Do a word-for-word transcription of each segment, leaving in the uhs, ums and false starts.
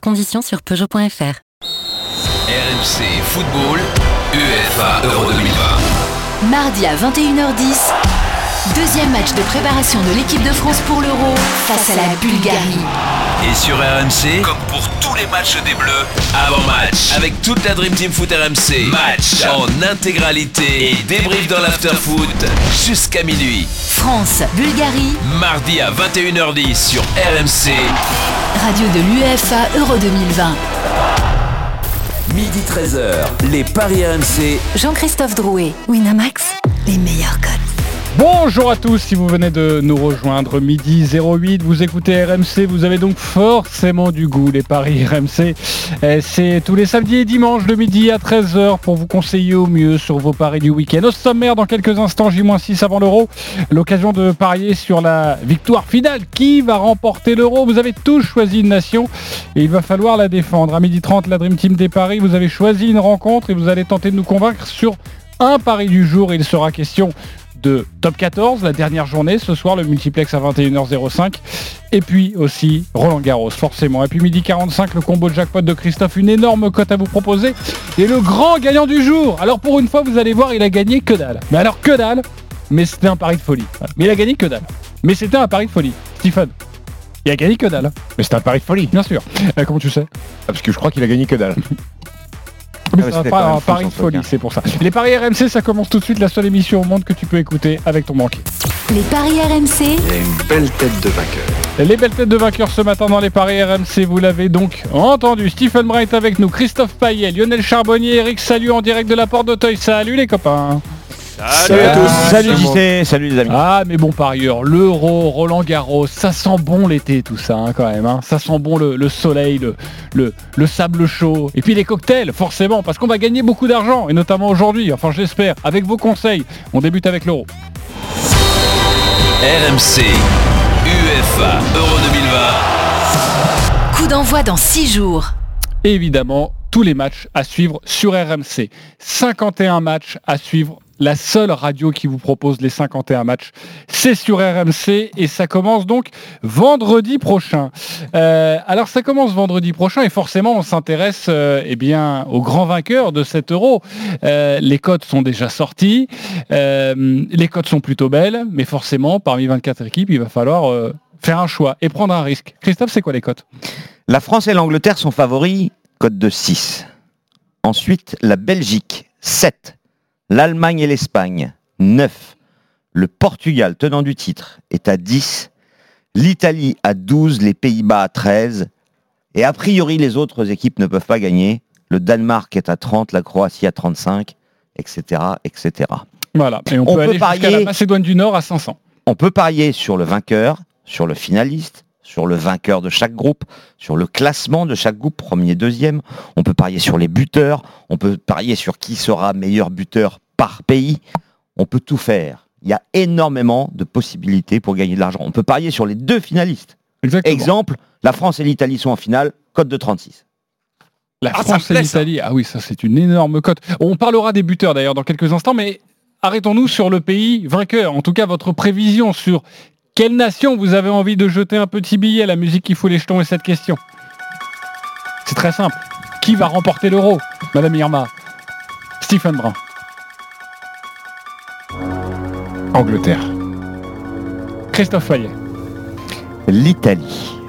Conditions sur Peugeot point F R. R M C Football, UEFA Euro deux mille vingt. Mardi à vingt et une heures dix, deuxième match de préparation de l'équipe de France pour l'Euro face à la Bulgarie. Et sur R M C, comme pour tous les matchs des Bleus, avant-match avec toute la Dream Team Foot R M C. Match en intégralité et débrief dans l'after-foot jusqu'à minuit. France, Bulgarie. Mardi à vingt et une heures dix sur R M C. Radio de l'UEFA Euro deux mille vingt. Midi treize heures, les paris R M C. Jean-Christophe Drouet, Winamax, les meilleurs codes. Bonjour à tous, si vous venez de nous rejoindre, midi zéro huit, vous écoutez R M C, vous avez donc forcément du goût, les paris R M C. C'est tous les samedis et dimanches de midi à treize heures pour vous conseiller au mieux sur vos paris du week-end. Au sommaire, dans quelques instants, J six avant l'Euro, l'occasion de parier sur la victoire finale. Qui va remporter l'Euro? Vous avez tous choisi une nation et il va falloir la défendre. À midi trente, la Dream Team des paris, vous avez choisi une rencontre et vous allez tenter de nous convaincre sur un pari du jour. Il sera question de Top quatorze, la dernière journée, ce soir le multiplex à vingt et une heures cinq, et puis aussi Roland Garros forcément, et puis midi quarante-cinq, le combo jackpot de Christophe, une énorme cote à vous proposer, et le grand gagnant du jour. Alors pour une fois vous allez voir, il a gagné que dalle, mais alors que dalle, mais c'était un pari de folie, mais il a gagné que dalle, mais c'était un pari de folie. Stephen, il a gagné que dalle, mais c'était un pari de folie, bien sûr. Euh, comment tu sais? Ah, parce que je crois qu'il a gagné que dalle. Mais ah, c'est pas un pari de folie, c'est pour ça. Les paris R M C, ça commence tout de suite, la seule émission au monde que tu peux écouter avec ton banquier. Les paris R M C. Il y a une belle tête de vainqueur. Les belles têtes de vainqueurs ce matin dans les paris R M C, vous l'avez donc entendu. Stephen Brun est avec nous, Christophe Payet, Lionel Charbonnier, Eric Salut en direct de la Porte d'Auteuil. Salut les copains. Salut à tous. Salut J C, salut les amis. Ah mais bon parieur, l'Euro, Roland Garros, ça sent bon l'été tout ça hein, quand même. Hein. Ça sent bon le, le soleil, le, le, le sable chaud. Et puis les cocktails forcément, parce qu'on va gagner beaucoup d'argent. Et notamment aujourd'hui, enfin j'espère, avec vos conseils. On débute avec l'Euro. R M C, UEFA Euro deux mille vingt. Coup d'envoi dans six jours. Et évidemment, tous les matchs à suivre sur R M C. cinquante et un matchs à suivre. La seule radio qui vous propose les cinquante et un matchs, c'est sur R M C et ça commence donc vendredi prochain. Euh, alors ça commence vendredi prochain et forcément on s'intéresse euh, eh bien, aux grands vainqueurs de cet Euro. Euh, les cotes sont déjà sorties, euh, les cotes sont plutôt belles, mais forcément parmi vingt-quatre équipes, il va falloir euh, faire un choix et prendre un risque. Christophe, c'est quoi les cotes? La France et l'Angleterre sont favoris, cote de six. Ensuite, la Belgique, sept. L'Allemagne et l'Espagne, neuf. Le Portugal, tenant du titre, est à dix. L'Italie à douze, les Pays-Bas à treize. Et a priori, les autres équipes ne peuvent pas gagner. Le Danemark est à trente, la Croatie à trente-cinq, et cetera, et cetera. Voilà, et on, on peut, peut aller parier, jusqu'à la Macédoine du Nord à cinq cents. On peut parier sur le vainqueur, sur le finaliste, sur le vainqueur de chaque groupe, sur le classement de chaque groupe, premier, deuxième. On peut parier sur les buteurs, on peut parier sur qui sera meilleur buteur par pays. On peut tout faire. Il y a énormément de possibilités pour gagner de l'argent. On peut parier sur les deux finalistes. Exactement. Exemple, la France et l'Italie sont en finale, cote de trente-six. La ah, France et l'Italie, ah oui, ça c'est une énorme cote. On parlera des buteurs d'ailleurs dans quelques instants, mais arrêtons-nous sur le pays vainqueur. En tout cas, votre prévision sur quelle nation vous avez envie de jeter un petit billet à la musique qui fout les jetons et cette question. C'est très simple. Qui va remporter l'Euro, Madame Irma? Stephen Brun. Angleterre. Christophe Payet. L'Italie.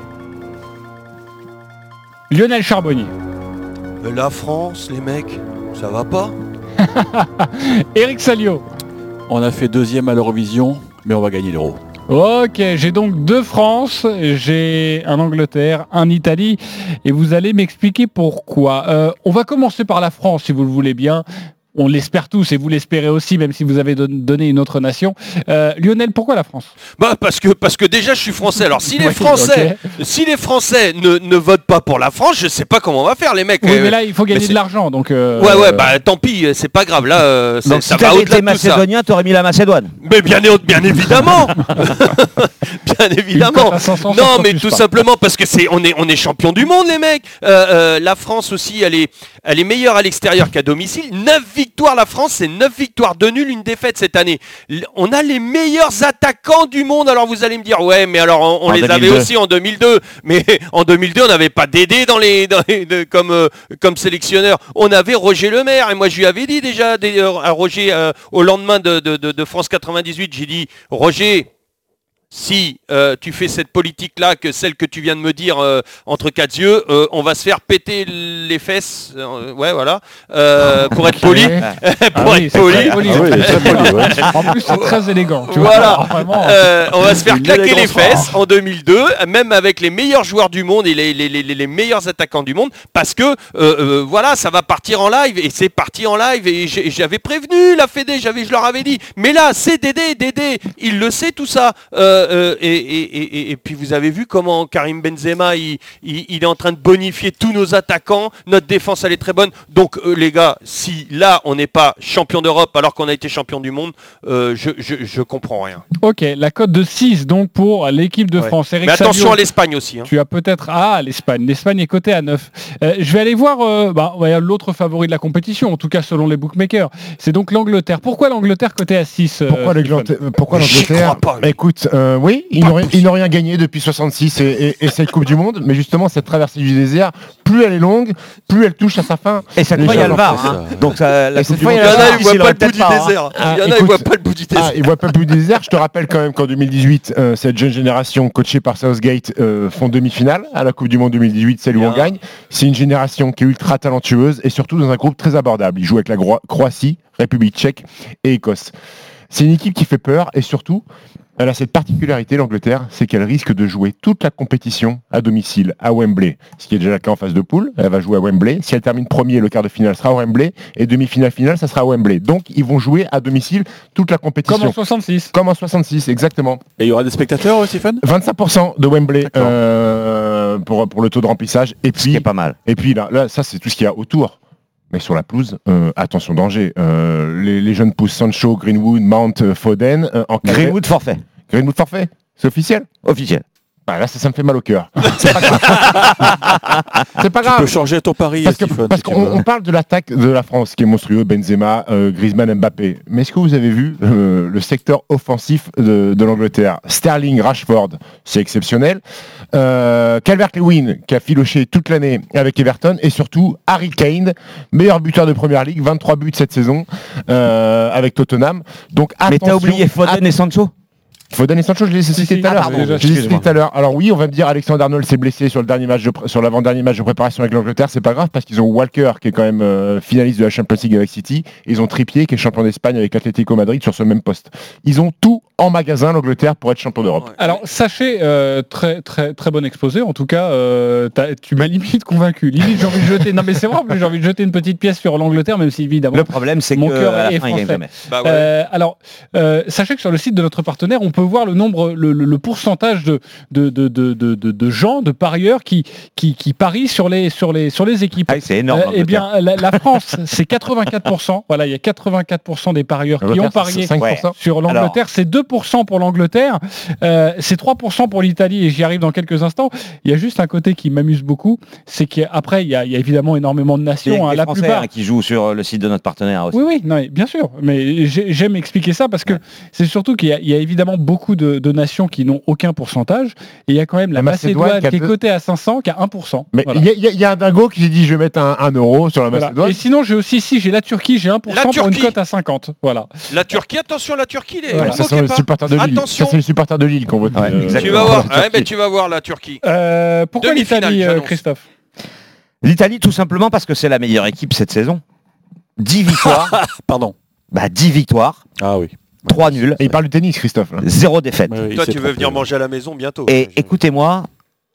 Lionel Charbonnier. La France, les mecs, ça va pas? Eric Salio. On a fait deuxième à l'Eurovision, mais on va gagner l'Euro. Ok, j'ai donc deux France, j'ai un Angleterre, un Italie, et vous allez m'expliquer pourquoi. Euh, on va commencer par la France, si vous le voulez bien. On l'espère tous, et vous l'espérez aussi, même si vous avez don- donné une autre nation. Euh, Lionel, pourquoi la France? Bah parce que parce que déjà je suis français. Alors si les oui, Français, okay. si les Français ne, ne votent pas pour la France, je sais pas comment on va faire les mecs. Oui, euh, mais là il faut gagner de l'argent, donc. Euh, ouais ouais bah tant pis, c'est pas grave là. Euh, donc ça si va t'avais été macédonien, t'aurais mis la Macédoine. Mais bien bien évidemment, bien évidemment. Non mais tout pas. simplement parce que c'est on est on est champion du monde les mecs. Euh, euh, la France aussi, elle est elle est meilleure à l'extérieur qu'à domicile. neuf victoires, la France, c'est neuf victoires, deux nuls, une défaite cette année. L- On a les meilleurs attaquants du monde. Alors vous allez me dire, ouais, mais alors on, on les avait aussi en deux mille deux. Mais en deux mille deux, on n'avait pas Dédé dans les, dans les de, comme, euh, comme sélectionneur. On avait Roger Lemaire. Et moi, je lui avais dit déjà des, euh, à Roger, euh, au lendemain de, de, de, de France quatre-vingt-dix-huit, j'ai dit, Roger, si euh, tu fais cette politique-là, que celle que tu viens de me dire euh, entre quatre yeux, euh, on va se faire péter les fesses. Euh, ouais, voilà. Euh, pour être poli. pour Ah oui, être c'est poli. très poli. Ah oui, très poli, ouais. En plus, c'est très élégant. Tu Voilà. vois, vraiment. Euh, on va se faire Une claquer les élégance fesses en deux mille deux, même avec les meilleurs joueurs du monde et les, les, les, les meilleurs attaquants du monde, parce que euh, euh, voilà, ça va partir en live et c'est parti en live et j'ai- j'avais prévenu la Fédé, j'avais, je leur avais dit. Mais là, c'est Dédé, Dédé, il le sait tout ça. Euh, euh, et, et, et, et puis vous avez vu comment Karim Benzema, il, il, il est en train de bonifier tous nos attaquants. Notre défense, elle est très bonne. Donc euh, les gars, si là on n'est pas champion d'Europe alors qu'on a été champion du monde, euh, je, je, je comprends rien. Ok, la cote de six donc pour l'équipe de Ouais. France. Eric Mais attention Salio, à l'Espagne aussi. Hein. tu as peut-être... Ah, l'Espagne. L'Espagne est cotée à neuf. Euh, je vais aller voir euh, bah, ouais, l'autre favori de la compétition, en tout cas selon les bookmakers. C'est donc l'Angleterre. Pourquoi l'Angleterre cotée à six euh, Pourquoi Stéphane l'Angleterre euh, Pourquoi J'y l'Angleterre crois pas, Bah, écoute, euh, oui, ils n'ont, ri- ils n'ont rien gagné depuis soixante-six et, et, et cette Coupe du Monde, mais justement, cette traversée du désert, plus elle est longue, plus elle touche à sa fin. Et cette Les fois, il y a le gens- V A R. hein. Donc ça, la Et Coupe cette du fois, Monde, il y a Il y en a, Ah, ils voient il pas aurait le bout peut-être du pas, hein. désert. Ah, Il y en a, ils écoute, voient pas le bout du désert. Ah, ils voient pas le bout du désert. Je te rappelle quand même qu'en deux mille dix-huit, euh, cette jeune génération coachée par Southgate euh, font demi-finale à la Coupe du Monde deux mille dix-huit, celle où Bien. on gagne. C'est une génération qui est ultra talentueuse et surtout dans un groupe très abordable. Ils jouent avec la Gro- Croatie, République tchèque et Écosse. C'est une équipe qui fait peur et surtout, elle a cette particularité, l'Angleterre, c'est qu'elle risque de jouer toute la compétition à domicile, à Wembley. Ce qui est déjà le cas en phase de poule, elle va jouer à Wembley. Si elle termine premier, le quart de finale sera à Wembley et demi-finale finale, ça sera à Wembley. Donc ils vont jouer à domicile toute la compétition. Comme en soixante-six. Comme en soixante-six, exactement. Et il y aura des spectateurs, euh, Stéphane vingt-cinq pour cent de Wembley D'accord. euh, pour, pour le taux de remplissage. Et Ce qui est puis, pas mal. et puis là, là, ça c'est tout ce qu'il y a autour. Mais sur la pelouse, euh, attention danger. Euh, les, les jeunes pousses Sancho, Greenwood, Mount, euh, Foden, euh, en Greenwood forfait. Greenwood forfait, c'est officiel. Officiel. Bah là, ça, ça me fait mal au cœur. C'est pas grave. C'est pas Tu peux grave. changer ton pari, Parce que- Stéphane. parce si tu qu'on veux. on parle de l'attaque de la France qui est monstrueux, Benzema, euh, Griezmann, Mbappé. Mais est-ce que vous avez vu euh, le secteur offensif de, de l'Angleterre? Sterling, Rashford, c'est exceptionnel. Euh, Calvert-Lewin qui a filoché toute l'année avec Everton et surtout Harry Kane, meilleur buteur de Première Ligue, vingt-trois buts cette saison euh, avec Tottenham. Donc Mais t'as attention, oublié Foden et Sancho? Foden et Sancho, je les ai cités si. tout à Ah, l'heure. pardon, Je les ai excusez-moi. cités tout à l'heure. Alors oui, on va me dire Alexander Arnold s'est blessé sur le dernier match de pr- sur l'avant-dernier match de préparation avec l'Angleterre, c'est pas grave parce qu'ils ont Walker qui est quand même euh, finaliste de la Champions League avec City, et ils ont Trippier qui est champion d'Espagne avec l'Atlético Madrid sur ce même poste. Ils ont tout en magasin l'Angleterre pour être champion d'Europe. Ouais. Alors sachez, euh, très très très bon exposé. En tout cas, euh, t'as- tu m'as limite convaincu. Limite, j'ai envie de jeter. Non mais c'est vrai, en plus, j'ai envie de jeter une petite pièce sur l'Angleterre, même si évidemment. Le problème, c'est Mon que cœur à la est fin, il gagne français. jamais. Bah ouais. Euh, alors, euh, sachez que sur le site de notre partenaire, on peut voir le nombre, le, le- le pourcentage de de, de, de, de, de- de gens, de parieurs qui, qui, qui parient sur les, sur les, sur les équipes. Ah, c'est énorme. Euh, eh l'Angleterre. bien, la, la France, c'est quatre-vingt-quatre pour cent. Voilà, il y a quatre-vingt-quatre pour cent des parieurs qui ont parié cinq pour cent. sur l'Angleterre. C'est deux pour cent pour l'Angleterre. Euh, c'est trois pour cent pour l'Italie et j'y arrive dans quelques instants. Il y a juste un côté qui m'amuse beaucoup, c'est qu'après, il y a, il y a évidemment énormément de C'est nations. hein, les la Français plupart. hein, qui jouent sur le site de notre partenaire aussi. Oui, oui, non, mais bien sûr. Mais j'ai- j'aime expliquer ça parce que c'est surtout qu'il y, a- il y a évidemment beaucoup de, de nations qui n'ont aucun pourcentage. Et il y a quand même la, La Macédoine Macédoine, qui a qui est deux- cotée à cinq cents, qui a un pour cent. Mais Voilà. il y, a- il y a- il y a un dingo qui s'est dit je vais mettre un, un euro sur la Voilà. Macédoine. Et sinon, j'ai aussi ici, j'ai la Turquie, j'ai un pour cent La pour une Turquie. cote à cinquante. Voilà. La Turquie, attention, la Turquie, les Voilà. ne Ça, moquez c'est les pas. supporters de Lille. Attention. Ça, c'est les supporters de Lille qu'on vote. Ouais, euh, Tu exactement. vas voir, La ouais, Turquie. mais tu vas voir la Turquie. Euh, pourquoi Demi-finale, l'Italie, euh, j'annonce. Christophe? L'Italie, tout simplement parce que c'est la meilleure équipe cette saison. dix victoires. Pardon. Bah, dix victoires, Ah oui. trois nuls, Et il parle du tennis, Christophe. là. zéro défaite. Ouais, il Toi, s'est tu veux trompé. venir manger à la maison bientôt. Et écoutez-moi,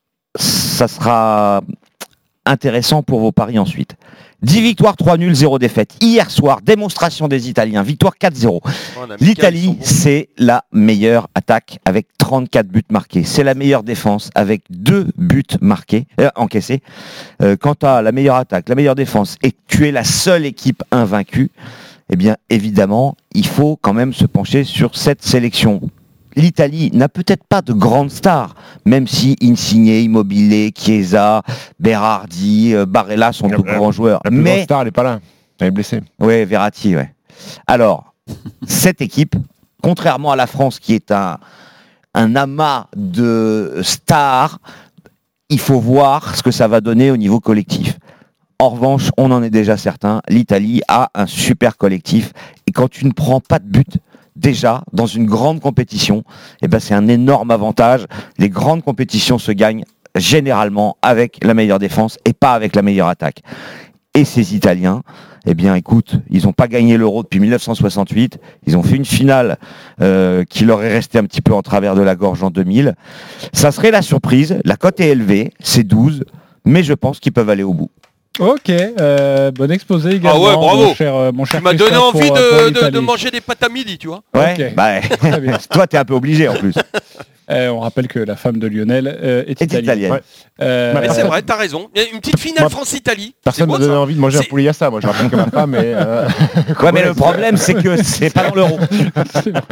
ça sera intéressant pour vos paris ensuite. dix victoires, trois nuls, zéro défaite. Hier soir, démonstration des Italiens, victoire quatre zéro. Oh, on a mis L'Italie, ils sont bons. c'est la meilleure attaque avec trente-quatre buts marqués. C'est la meilleure défense avec deux buts marqués, euh, encaissés. Euh, quant à la meilleure attaque, la meilleure défense, et que tu es la seule équipe invaincue, eh bien, évidemment, il faut quand même se pencher sur cette sélection. L'Italie n'a peut-être pas de grandes stars, même si Insigne, Immobile, Chiesa, Berardi, euh, Barella sont de La- grands joueurs. La plus grande Mais star, elle est pas là. Elle est blessée. Oui, Verratti, ouais. Alors, cette équipe, contrairement à la France qui est un, un amas de stars, il faut voir ce que ça va donner au niveau collectif. En revanche, on en est déjà certain, l'Italie a un super collectif. Et quand tu ne prends pas de but, déjà, dans une grande compétition, eh ben, c'est un énorme avantage. Les grandes compétitions se gagnent généralement avec la meilleure défense et pas avec la meilleure attaque. Et ces Italiens, eh bien écoute, ils n'ont pas gagné l'Euro depuis mille neuf cent soixante-huit, ils ont fait une finale euh, qui leur est restée un petit peu en travers de la gorge en deux mille. Ça serait la surprise, la cote est élevée, c'est douze, mais je pense qu'ils peuvent aller au bout. Ok, euh, bon exposé également, ah ouais, bravo. mon cher, euh, mon cher Tu m'as donné Christophe, envie pour, de, pour de, de l'Italie. manger des pâtes à midi, tu vois. Ouais, Ok. bah, Très bien. toi t'es un peu obligé en plus. Euh, on rappelle que la femme de Lionel euh, est, Est italienne. italienne. Ouais. Euh, Mais Mais c'est personne- vrai, t'as raison. Il y a une petite finale Moi, France-Italie. C'est Personne beau, ne me donne ça. envie de manger un C'est- poulet yassa. Moi, je rappelle que ma femme est. euh, Ouais, mais le problème c'est que c'est pas dans l'Euro. c'est vrai.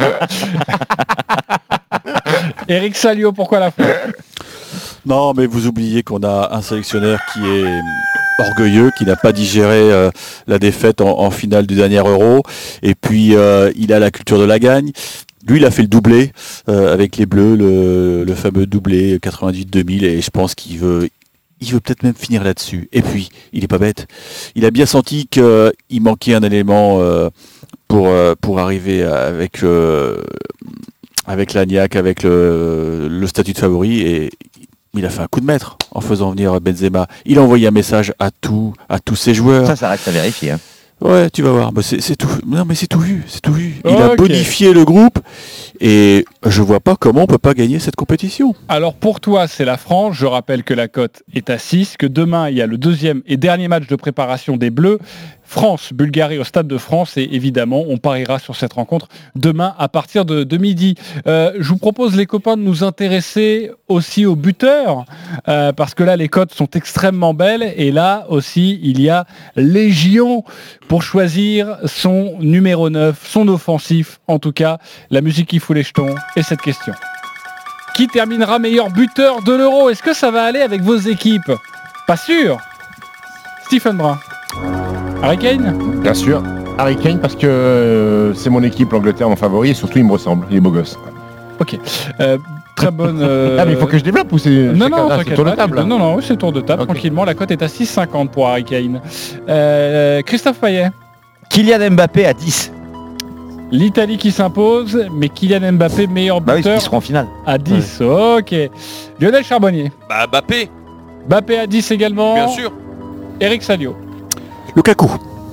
Eric Salio, pourquoi la France? Non, mais vous oubliez qu'on a un sélectionneur qui est orgueilleux, qui n'a pas digéré euh, la défaite en, en finale du dernier Euro. Et puis, euh, il a la culture de la gagne. Lui, il a fait le doublé euh, avec les Bleus, le, le fameux doublé quatre-vingt-dix deux mille. Et je pense qu'il veut... Il veut peut-être même finir là-dessus. Et puis, il est pas bête. Il a bien senti qu'il manquait un élément euh, pour, euh, pour arriver avec, euh, avec l'Agnac, avec le, le statut de favori. Et il a fait un coup de maître en faisant venir Benzema. Il a envoyé un message à, tout, à tous ses joueurs. Ça, ça reste à vérifier. Hein. Ouais, tu vas voir. Bah, c'est, c'est tout. Non, mais c'est tout vu. C'est tout vu. Il Ok. a bonifié le groupe. Et je vois pas comment on peut pas gagner cette compétition. Alors pour toi, c'est la France. Je rappelle que la cote est à six, que demain, il y a le deuxième et dernier match de préparation des Bleus. France-Bulgarie au Stade de France. Et évidemment, on pariera sur cette rencontre demain à partir de, de midi. Euh, je vous propose, les copains, de nous intéresser aussi aux buteurs. euh, parce que là, les cotes sont extrêmement belles. Et là aussi, il y a légion pour choisir son numéro neuf, son offensif. En tout cas, la musique qui fout les jetons et cette question. Qui terminera meilleur buteur de l'Euro? Est-ce que ça va aller avec vos équipes? Pas sûr. Stephen Brun. Harry Kane? Bien sûr. Harry Kane, parce que euh, c'est mon équipe, l'Angleterre, mon favori, et surtout, il me ressemble. Il est beau gosse. Ok. Euh, très bonne... euh, Ah, mais il faut que je développe ou c'est. Non, chacun- non, ah, c'est t'inquiète tour de pas. table. Non, non, oui, c'est tour de table, Ok. tranquillement. La cote est à six cinquante pour Harry Kane. Euh, Christophe Payet. Kylian Mbappé à dix. L'Italie qui s'impose, mais Kylian Mbappé meilleur Bah oui, buteur ils seront en finale. à dix. Ok. Lionel Charbonnier. Bah, Mbappé, Mbappé à dix également. bien sûr. Eric Salio. Lukaku.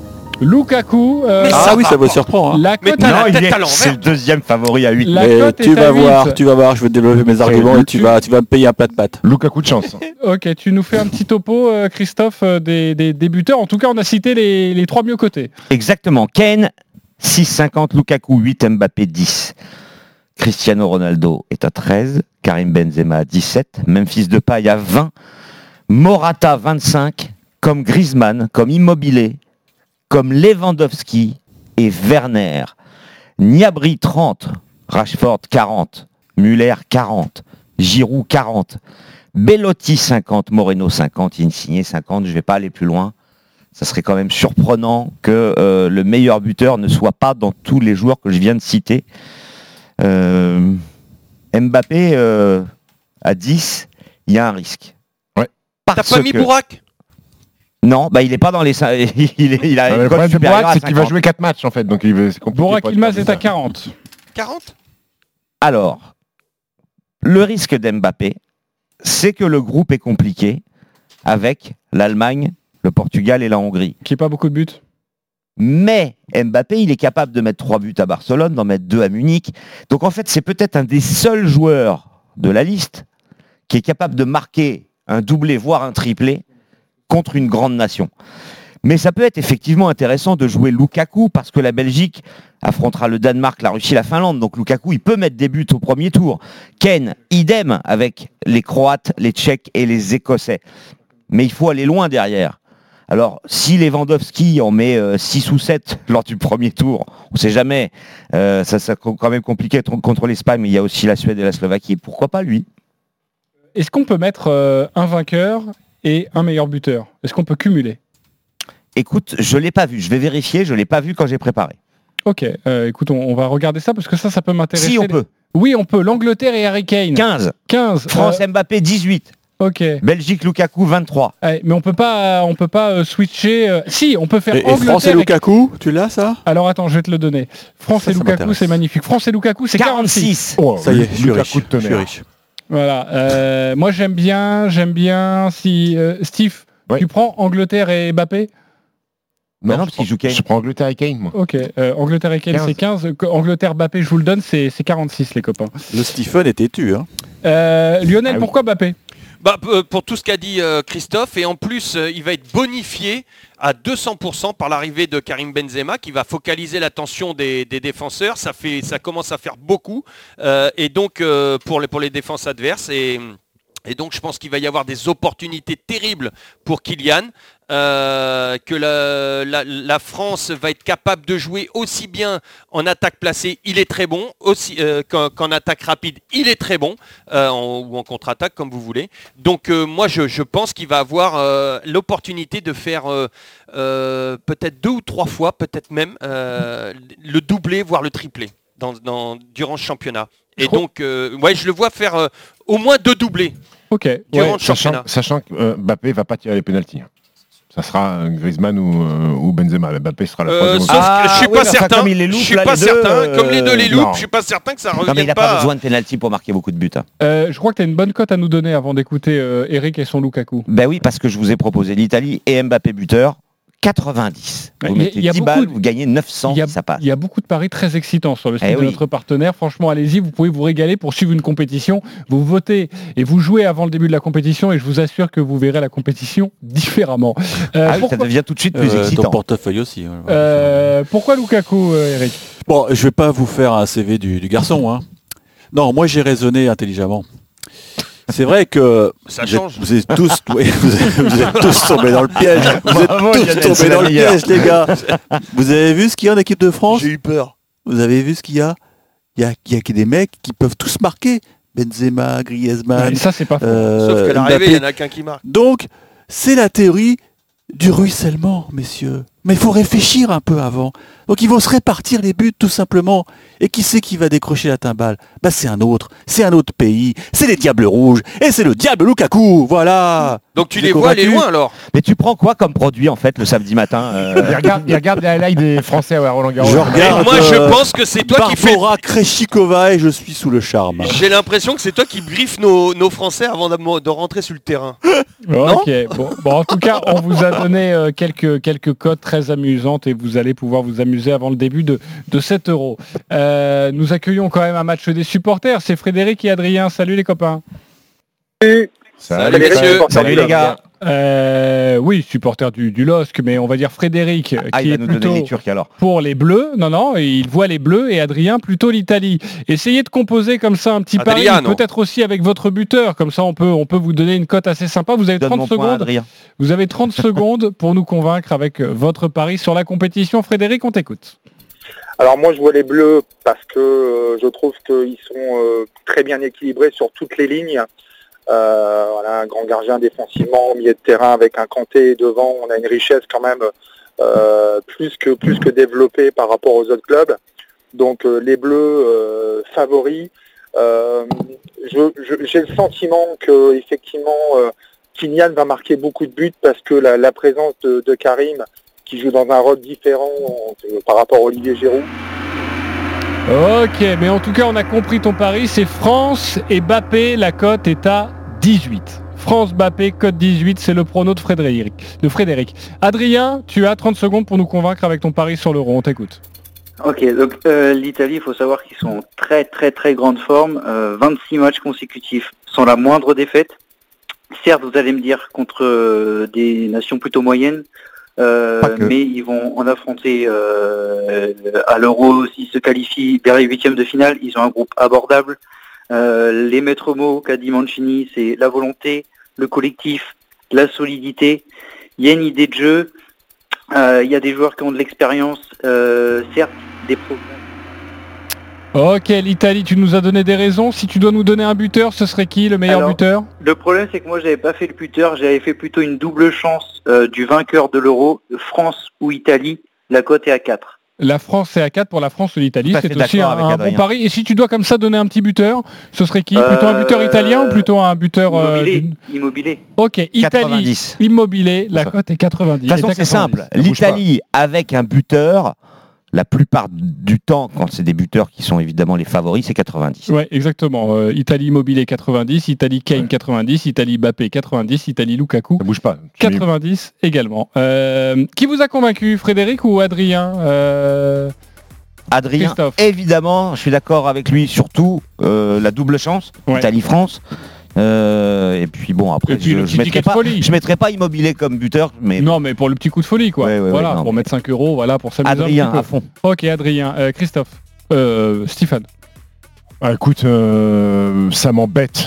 Lukaku. euh, Mais Ah ça oui, va ça vous pas. surprend. Hein. la Mais cote t'as la est- tête il est- à l'envers. c'est le deuxième favori à huit. La Mais cote tu est vas à voir, huit. tu vas voir, je vais développer mes arguments et tu vas, tu vas me payer un plat de pâtes. Lukaku de chance. Ok, tu nous fais un petit topo, euh, Christophe, euh, des, des, des buteurs. En tout cas, on a cité les, les trois mieux cotés. Exactement. Kane, six cinquante, Lukaku huit, Mbappé dix. Cristiano Ronaldo est à treize, Karim Benzema à dix-sept, Memphis Depay à vingt, Morata vingt-cinq, comme Griezmann, comme Immobile, comme Lewandowski et Werner. Gnabry trente, Rashford quarante, Müller quarante, Giroud quarante, Belotti cinquante, Moreno cinquante, Insigne cinquante. Je ne vais pas aller plus loin. Ça serait quand même surprenant que euh, le meilleur buteur ne soit pas dans tous les joueurs que je viens de citer. Euh, Mbappé euh, à dix, il y a un risque. Ouais. T'as Parce pas mis que- Bourak? Non, bah il est pas dans les cinq. Il, est, il a Ah, mais une le cote problème de supérieure Borak, à c'est qu'il va cinquante. jouer quatre matchs en fait, donc il va- c'est compliqué. Burak pour être Yilmaz est à candidat. quarante. quarante? Alors, le risque d'Mbappé, c'est que le groupe est compliqué avec l'Allemagne, le Portugal et la Hongrie. Qui n'est pas beaucoup de buts. Mais Mbappé, il est capable de mettre trois buts à Barcelone, d'en mettre deux à Munich. Donc en fait, c'est peut-être un des seuls joueurs de la liste qui est capable de marquer un doublé, voire un triplé, contre une grande nation. Mais ça peut être effectivement intéressant de jouer Lukaku, parce que la Belgique affrontera le Danemark, la Russie, la Finlande. Donc Lukaku, il peut mettre des buts au premier tour. Kane, idem avec les Croates, les Tchèques et les Écossais. Mais il faut aller loin derrière. Alors, si Lewandowski en met euh, six ou sept lors du premier tour, on ne sait jamais, euh, ça c'est quand même compliqué contre l'Espagne, mais il y a aussi la Suède et la Slovaquie. Pourquoi pas lui? Est-ce qu'on peut mettre euh, un vainqueur et un meilleur buteur? Est-ce qu'on peut cumuler? Écoute, je l'ai pas vu. Je vais vérifier. Je l'ai pas vu quand j'ai préparé. Ok, euh, écoute, on, on va regarder ça parce que ça, ça peut m'intéresser. Si on peut. Oui, on peut. L'Angleterre et Harry Kane. quinze. quinze. France euh, Mbappé dix-huit. Ok. Belgique Lukaku vingt-trois. Ouais, mais on peut pas, on peut pas euh, switcher. euh, Si, on peut faire Et, et Angleterre. France et Lukaku, tu l'as ça? Alors attends, je vais te le donner. France Ça, et ça Lukaku, m'intéresse. c'est magnifique. France et Lukaku, c'est quarante-six. quarante-six. Oh, Ça y est, je suis Lukaku riche. de Je suis tonnerre. riche. Voilà. euh, moi j'aime bien, j'aime bien. Si euh, Steve, Ouais. tu prends Angleterre et Mbappé. Bah non, je parce qu'il prends- joue Kane. Je prends Angleterre et Kane, moi. Ok. euh, Angleterre et Kane, quinze. c'est quinze. Que- Angleterre, Mbappé, je vous le donne, c'est c'est quarante-six les copains. Le Stephen est têtu. Hein. Euh, Lionel, Ah oui. pourquoi Mbappé? Bah, p- pour tout ce qu'a dit euh, Christophe, et en plus euh, il va être bonifié à deux cents pour cent par l'arrivée de Karim Benzema qui va focaliser l'attention des, des défenseurs. Ça, fait, ça commence à faire beaucoup euh, et donc euh, pour, les, pour les défenses adverses. Et, et donc je pense qu'il va y avoir des opportunités terribles pour Kylian. Euh, que la, la, la France va être capable de jouer aussi bien en attaque placée, il est très bon, aussi euh, qu'en, qu'en attaque rapide, il est très bon, euh, en, ou en contre-attaque comme vous voulez. Donc euh, moi je, je pense qu'il va avoir euh, l'opportunité de faire euh, euh, peut-être deux ou trois fois, peut-être même euh, le doublé, voire le triplé dans, dans, durant ce championnat. Et Je crois- donc euh, ouais, je le vois faire euh, au moins deux doublés Ok. durant Ouais. le Sachant, championnat. sachant que euh, Mbappé va pas tirer les pénaltys. Ça sera euh, Griezmann ou, euh, ou Benzema. Mbappé sera la Euh, troisième. sauf Ah, que je suis oui, pas mais enfin, certain. comme il les loupe, je suis là, pas les deux, certain. euh, Comme les deux les loupent, non. je suis pas certain que ça Non, mais revienne il n'a pas. pas besoin de penalty pour marquer beaucoup de buts. hein. Euh, je crois que tu as une bonne cote à nous donner avant d'écouter euh, Eric et son Lukaku. Ben oui, parce que je vous ai proposé l'Italie et Mbappé buteur. quatre-vingt-dix. Ouais, Vous il y a- mettez il y a dix beaucoup balles, de- vous gagnez neuf cents, Il y a- ça passe. Il y a beaucoup de paris très excitants sur le site Eh de oui. notre partenaire. Franchement, allez-y, vous pouvez vous régaler pour suivre une compétition. Vous votez et vous jouez avant le début de la compétition et je vous assure que vous verrez la compétition différemment. Euh, Ah oui, ça pourquoi, devient tout de suite plus Euh, ton excitant. portefeuille aussi. ouais. euh, pourquoi Lukaku, euh, Eric? Bon, je vais pas vous faire un C V du, du garçon. Hein. Non, moi j'ai raisonné intelligemment. C'est vrai que Ça vous, êtes, change. vous êtes tous, oui, vous, êtes, vous êtes tous tombés dans le piège. Vous êtes Bravo, tous Lionel, c'est tombés la dans le meilleure. piège, les gars. Vous avez vu ce qu'il y a en équipe de France? J'ai eu peur. Vous avez vu ce qu'il y a? Il y a, il y a des mecs qui peuvent tous marquer. Benzema, Griezmann. Ouais, ça, c'est pas faux. euh, Sauf qu'à Mbappé. l'arrivée, il y en a qu'un qui marque. Donc, c'est la théorie du ruissellement, messieurs. Mais il faut réfléchir un peu avant. Donc ils vont se répartir les buts tout simplement. Et qui c'est qui va décrocher la timbale? Bah c'est un autre, c'est un autre pays, c'est les Diables Rouges, et c'est le Diable Lukaku, voilà. Donc tu Vous les êtes vois aller convaincus? loin alors. Mais tu prends quoi comme produit en fait le samedi matin euh, Il regarde, il regarde les highlights des Français à Roland Garros. Je Et regarde, moi je euh, pense que c'est toi qui fais. Barbora Krejcikova et je suis sous le charme. J'ai l'impression que c'est toi qui briefes nos, nos Français avant de, de rentrer sur le terrain. Ok, bon, bon, en tout cas, on vous a donné euh, quelques, quelques codes très amusantes et vous allez pouvoir vous amuser avant le début de, de sept euros. Euh, nous accueillons quand même un match des supporters. C'est Frédéric et Adrien. Salut les copains. Salut, messieurs. Salut les gars. Euh, oui, supporter du, du L O S C, mais on va dire Frédéric Ah, qui il va est nous plutôt donner les Turcs alors. pour les Bleus. Non, non, il voit les Bleus et Adrien plutôt l'Italie. Essayez de composer comme ça un petit pari, Adriano. peut-être aussi avec votre buteur. Comme ça, on peut, on peut vous donner une cote assez sympa. Vous avez Donne trente mon point à secondes. Adrien. Vous avez trente secondes pour nous convaincre avec euh, votre pari sur la compétition. Frédéric, on t'écoute. Alors moi je vois les Bleus parce que euh, je trouve qu'ils sont euh, très bien équilibrés sur toutes les lignes. Euh, voilà, un grand gardien défensivement au milieu de terrain avec un Kanté devant, on a une richesse quand même euh, plus que plus que développée par rapport aux autres clubs. Donc euh, les Bleus euh, favoris. Euh, je, je, j'ai le sentiment que effectivement euh, Kylian va marquer beaucoup de buts parce que la, la présence de, de Karim qui joue dans un rôle différent euh, par rapport à Olivier Giroud. Ok, mais en tout cas, on a compris ton pari. C'est France et Mbappé. La cote est à dix-huit. France Mbappé, cote dix-huit, c'est le prono de Frédéric. de Frédéric. Adrien, tu as trente secondes pour nous convaincre avec ton pari sur l'euro. On t'écoute. Ok, donc euh, l'Italie, il faut savoir qu'ils sont en très très très grande forme. Euh, vingt-six matchs consécutifs sans la moindre défaite. Certes, vous allez me dire contre euh, des nations plutôt moyennes, euh, mais ils vont en affronter euh, à l'Euro s'ils se qualifient vers les huitièmes de finale. Ils ont un groupe abordable. Euh, les maîtres mots qu'a dit Mancini, c'est la volonté, le collectif, la solidité. Il y a une idée de jeu. Euh, il y a des joueurs qui ont de l'expérience, euh, certes, des problèmes. Ok, l'Italie, tu nous as donné des raisons. Si tu dois nous donner un buteur, ce serait qui le meilleur Alors, buteur? Le problème, c'est que moi, j'avais pas fait le buteur, j'avais fait plutôt une double chance euh, du vainqueur de l'Euro, France ou Italie. La cote est à quatre. La France est à quatre pour la France ou l'Italie, Tout à c'est fait aussi un, d'accord avec un bon Adrien. pari. Et si tu dois comme ça donner un petit buteur, ce serait qui? Plutôt un buteur Euh, italien ou plutôt un buteur... euh, Immobilier. d'une- Immobilier. Ok, Italie, quatre-vingt-dix. Immobilier, la Ça. cote est quatre-vingt-dix. De toute façon, est à c'est simple. quatre-vingt-dix. bouge pas. L'Italie, avec un buteur, la plupart du temps, quand c'est des buteurs qui sont évidemment les favoris, c'est quatre-vingt-dix. Ouais, exactement. Euh, Italie Immobilier quatre-vingt-dix, Italie Kane quatre-vingt-dix, Italie Mbappé quatre-vingt-dix, Italie Lukaku Ça bouge pas. Tu mets- quatre-vingt-dix également. Euh, qui vous a convaincu, Frédéric ou Adrien? Euh, Adrien, Christophe. évidemment, je suis d'accord avec lui, surtout euh, la double chance, Ouais. Italie-France. Euh, et puis bon, après, Et puis je, le je petit mettrai ticket de pas, folie. je mettrai pas Immobilier comme buteur, mais Non, mais pour le petit coup de folie, quoi. Ouais, ouais, voilà, ouais, non, pour mais- mettre cinq euros, voilà, pour s'amuser Adrien un petit à peu. fond. Ok, Adrien. Euh, Christophe. Euh, Stéphane. Ah, écoute, euh, ça m'embête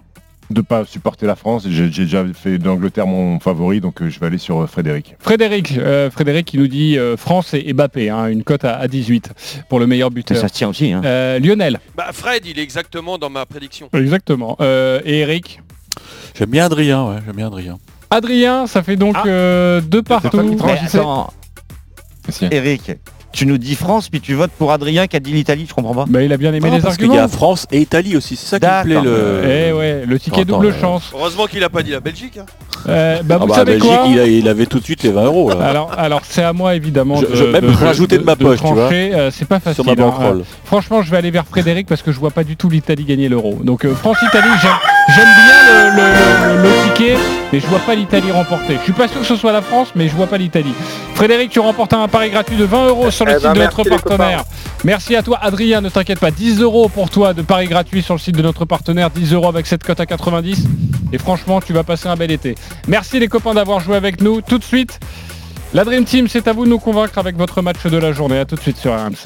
de pas supporter la France. J'ai j'ai déjà fait d'Angleterre mon favori, donc euh, je vais aller sur euh, Frédéric. Frédéric, euh, Frédéric qui nous dit euh, France et, et Mbappé, hein, une cote à, à dix-huit pour le meilleur Mais buteur. ça se tient aussi. Hein. Euh, Lionel, Bah Fred, il est exactement dans ma prédiction. exactement. Euh, et Eric. J'aime bien Adrien, ouais, j'aime bien Adrien. Adrien, ça fait donc Ah. euh, deux partout. Stéphane qui Mais tranche. attends, Si. Eric, tu nous dis France, puis tu votes pour Adrien qui a dit l'Italie, je comprends pas. Bah, il a bien aimé Non, les parce qu'il arguments. y a France et Italie aussi, c'est ça qui me plaît. D'accord. Le... Eh ouais, le ticket Attends, double euh, chance. Heureusement qu'il a pas dit la Belgique. Hein. Euh, bah, Ah vous bah, savez Belgique, quoi il, a- il avait tout de suite les vingt euros là. Alors, alors c'est à moi évidemment Je- de, je- même rajouter de ma poche, tu vois. trancher. Euh, c'est pas facile. Sur ma hein. banquerolle. Franchement, je vais aller vers Frédéric parce que je vois pas du tout l'Italie gagner l'Euro. Donc euh, France-Italie, j'aime, j'aime bien le, le- le- le ticket, mais je vois pas l'Italie remporter. Je suis pas sûr que ce soit la France, mais je vois pas l'Italie. Frédéric, tu remportes un pari gratuit de vingt euros sur le Eh site ben, de merci, notre les partenaire. Merci à toi, Adrien. Ne t'inquiète pas, dix euros pour toi de pari gratuit sur le site de notre partenaire. dix euros avec cette cote à quatre-vingt-dix. Et franchement, tu vas passer un bel été. Merci les copains d'avoir joué avec nous. Tout de suite, la Dream Team, c'est à vous de nous convaincre avec votre match de la journée. À tout de suite sur R M C.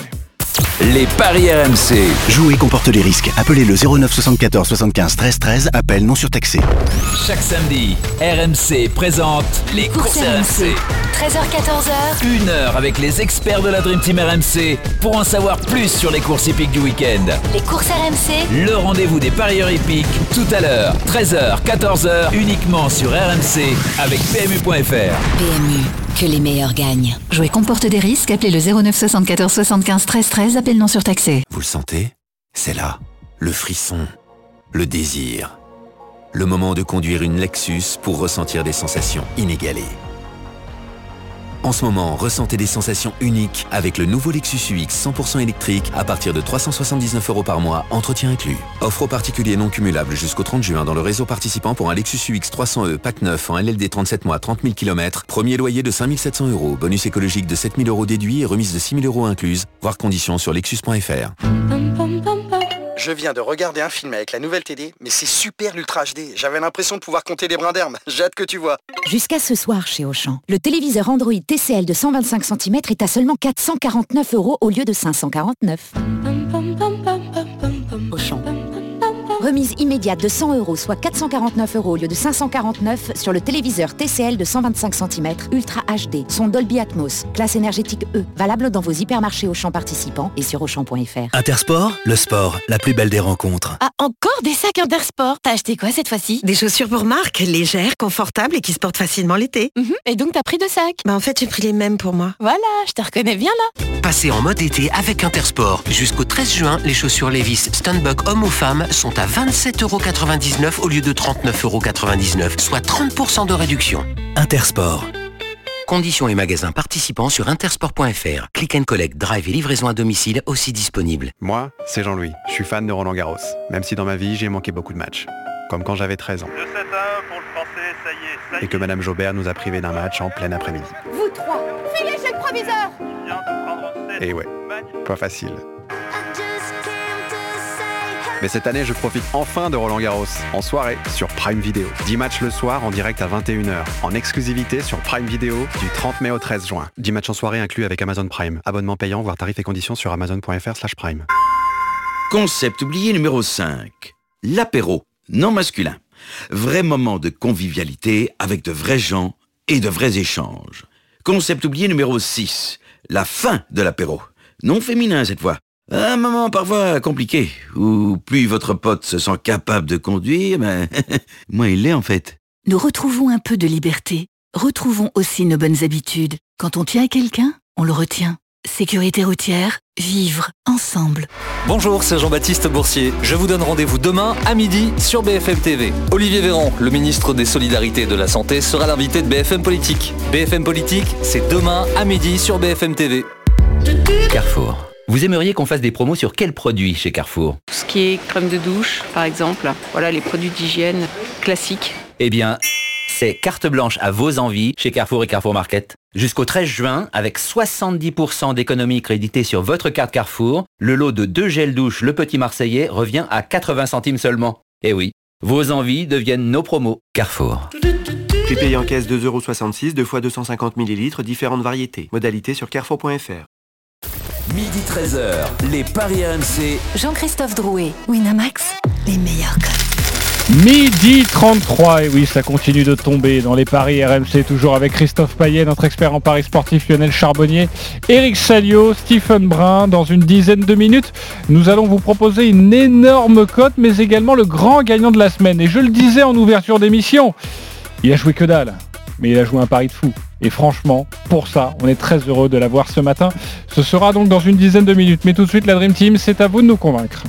Les paris R M C. Jouer comporte les risques. Appelez le zéro neuf soixante-quatorze soixante-quinze treize treize. Appel non surtaxé. Chaque samedi, R M C présente les courses R M C. treize heures quatorze heures. Une heure avec les experts de la Dream Team R M C pour en savoir plus sur les courses hippiques du week-end. Les courses R M C. Le rendez-vous des parieurs hippiques tout à l'heure, treize heures, quatorze heures, uniquement sur R M C avec P M U point F R. P M U, que les meilleurs gagnent. Jouer comporte des risques. Appelez le zéro neuf soixante-quatorze soixante-quinze treize treize. Appel non surtaxé. Vous le sentez? C'est là. Le frisson. Le désir. Le moment de conduire une Lexus pour ressentir des sensations inégalées. En ce moment, ressentez des sensations uniques avec le nouveau Lexus U X cent pour cent électrique à partir de trois cent soixante-dix-neuf euros par mois, entretien inclus. Offre aux particuliers non cumulable jusqu'au trente juin dans le réseau participant pour un Lexus U X trois cents E pack neuf en L L D trente-sept mois, trente mille kilomètres, premier loyer de cinq mille sept cents euros, bonus écologique de sept mille euros déduit et remise de six mille euros incluse, voire conditions sur lexus point F R. Je viens de regarder un film avec la nouvelle télé, mais c'est super l'Ultra H D. J'avais l'impression de pouvoir compter les brins d'herbe. J'ai hâte que tu vois. Jusqu'à ce soir chez Auchan, le téléviseur Android T C L de cent vingt-cinq centimètres est à seulement quatre cent quarante-neuf euros au lieu de cinq cent quarante-neuf. Auchan. Remise immédiate de cent euros, soit quatre cent quarante-neuf euros au lieu de cinq cent quarante-neuf sur le téléviseur T C L de cent vingt-cinq centimètres Ultra H D, son Dolby Atmos, classe énergétique E, valable dans vos hypermarchés Auchan participants et sur auchan point F R. Intersport, le sport, la plus belle des rencontres. Ah, encore des sacs Intersport. T'as acheté quoi cette fois-ci? Des chaussures pour marque, légères, confortables et qui se portent facilement l'été. Mmh. Et donc t'as pris deux sacs? Bah en fait j'ai pris les mêmes pour moi. Voilà, je te reconnais bien là. Passez en mode été avec Intersport. Jusqu'au treize juin, les chaussures Levi's Stunbuck hommes ou femmes sont à vingt-sept euros quatre-vingt-dix-neuf au lieu de trente-neuf euros quatre-vingt-dix-neuf, soit trente pour cent de réduction. Intersport. Conditions et magasins participants sur intersport point F R. Click and collect, drive et livraison à domicile aussi disponibles. Moi, c'est Jean-Louis. Je suis fan de Roland Garros. Même si dans ma vie, j'ai manqué beaucoup de matchs. Comme quand j'avais treize ans. De sept à un pour le français, ça y est, ça y Et que Madame Jaubert nous a privés d'un match en plein après-midi. Vous trois, filez chez le proviseur. Et ouais, pas facile. Mais cette année, je profite enfin de Roland Garros, en soirée, sur Prime Video. dix matchs le soir, en direct à vingt et une heures, en exclusivité sur Prime Video, du trente mai au treize juin. dix matchs en soirée inclus avec Amazon Prime. Abonnement payant, voire tarifs et conditions sur amazon point F R slash prime. Concept oublié numéro cinq. L'apéro, non masculin. Vrai moment de convivialité avec de vrais gens et de vrais échanges. Concept oublié numéro six. La fin de l'apéro. Non féminin cette fois. Un moment parfois compliqué, où plus votre pote se sent capable de conduire, ben, moins il l'est en fait. Nous retrouvons un peu de liberté. Retrouvons aussi nos bonnes habitudes. Quand on tient à quelqu'un, on le retient. Sécurité routière, vivre ensemble. Bonjour, c'est Jean-Baptiste Boursier. Je vous donne rendez-vous demain à midi sur B F M T V. Olivier Véran, le ministre des Solidarités et de la Santé, sera l'invité de B F M Politique. B F M Politique, c'est demain à midi sur B F M T V. Carrefour. Vous aimeriez qu'on fasse des promos sur quels produits chez Carrefour ? Tout ce qui est crème de douche, par exemple. Voilà, les produits d'hygiène classiques. Eh bien, c'est carte blanche à vos envies chez Carrefour et Carrefour Market. Jusqu'au treize juin, avec soixante-dix pour cent d'économies créditées sur votre carte Carrefour, le lot de deux gels douche Le Petit Marseillais revient à quatre-vingts centimes seulement. Eh oui, vos envies deviennent nos promos. Carrefour. Prix payé en caisse deux euros soixante-six, deux fois deux cent cinquante millilitres, différentes variétés. Modalité sur carrefour point f r. Midi treize heures, les Paris R M C. Jean-Christophe Drouet, Winamax, les meilleurs codes. Midi trente-trois, et oui, ça continue de tomber dans les paris R M C, toujours avec Christophe Payet, notre expert en paris sportif, Lionel Charbonnier, Eric Salio, Stephen Brun. Dans une dizaine de minutes, nous allons vous proposer une énorme cote, mais également le grand gagnant de la semaine. Et je le disais en ouverture d'émission, il a joué que dalle, mais il a joué un pari de fou. Et franchement, pour ça, on est très heureux de l'avoir ce matin. Ce sera donc dans une dizaine de minutes. Mais tout de suite, la Dream Team, c'est à vous de nous convaincre.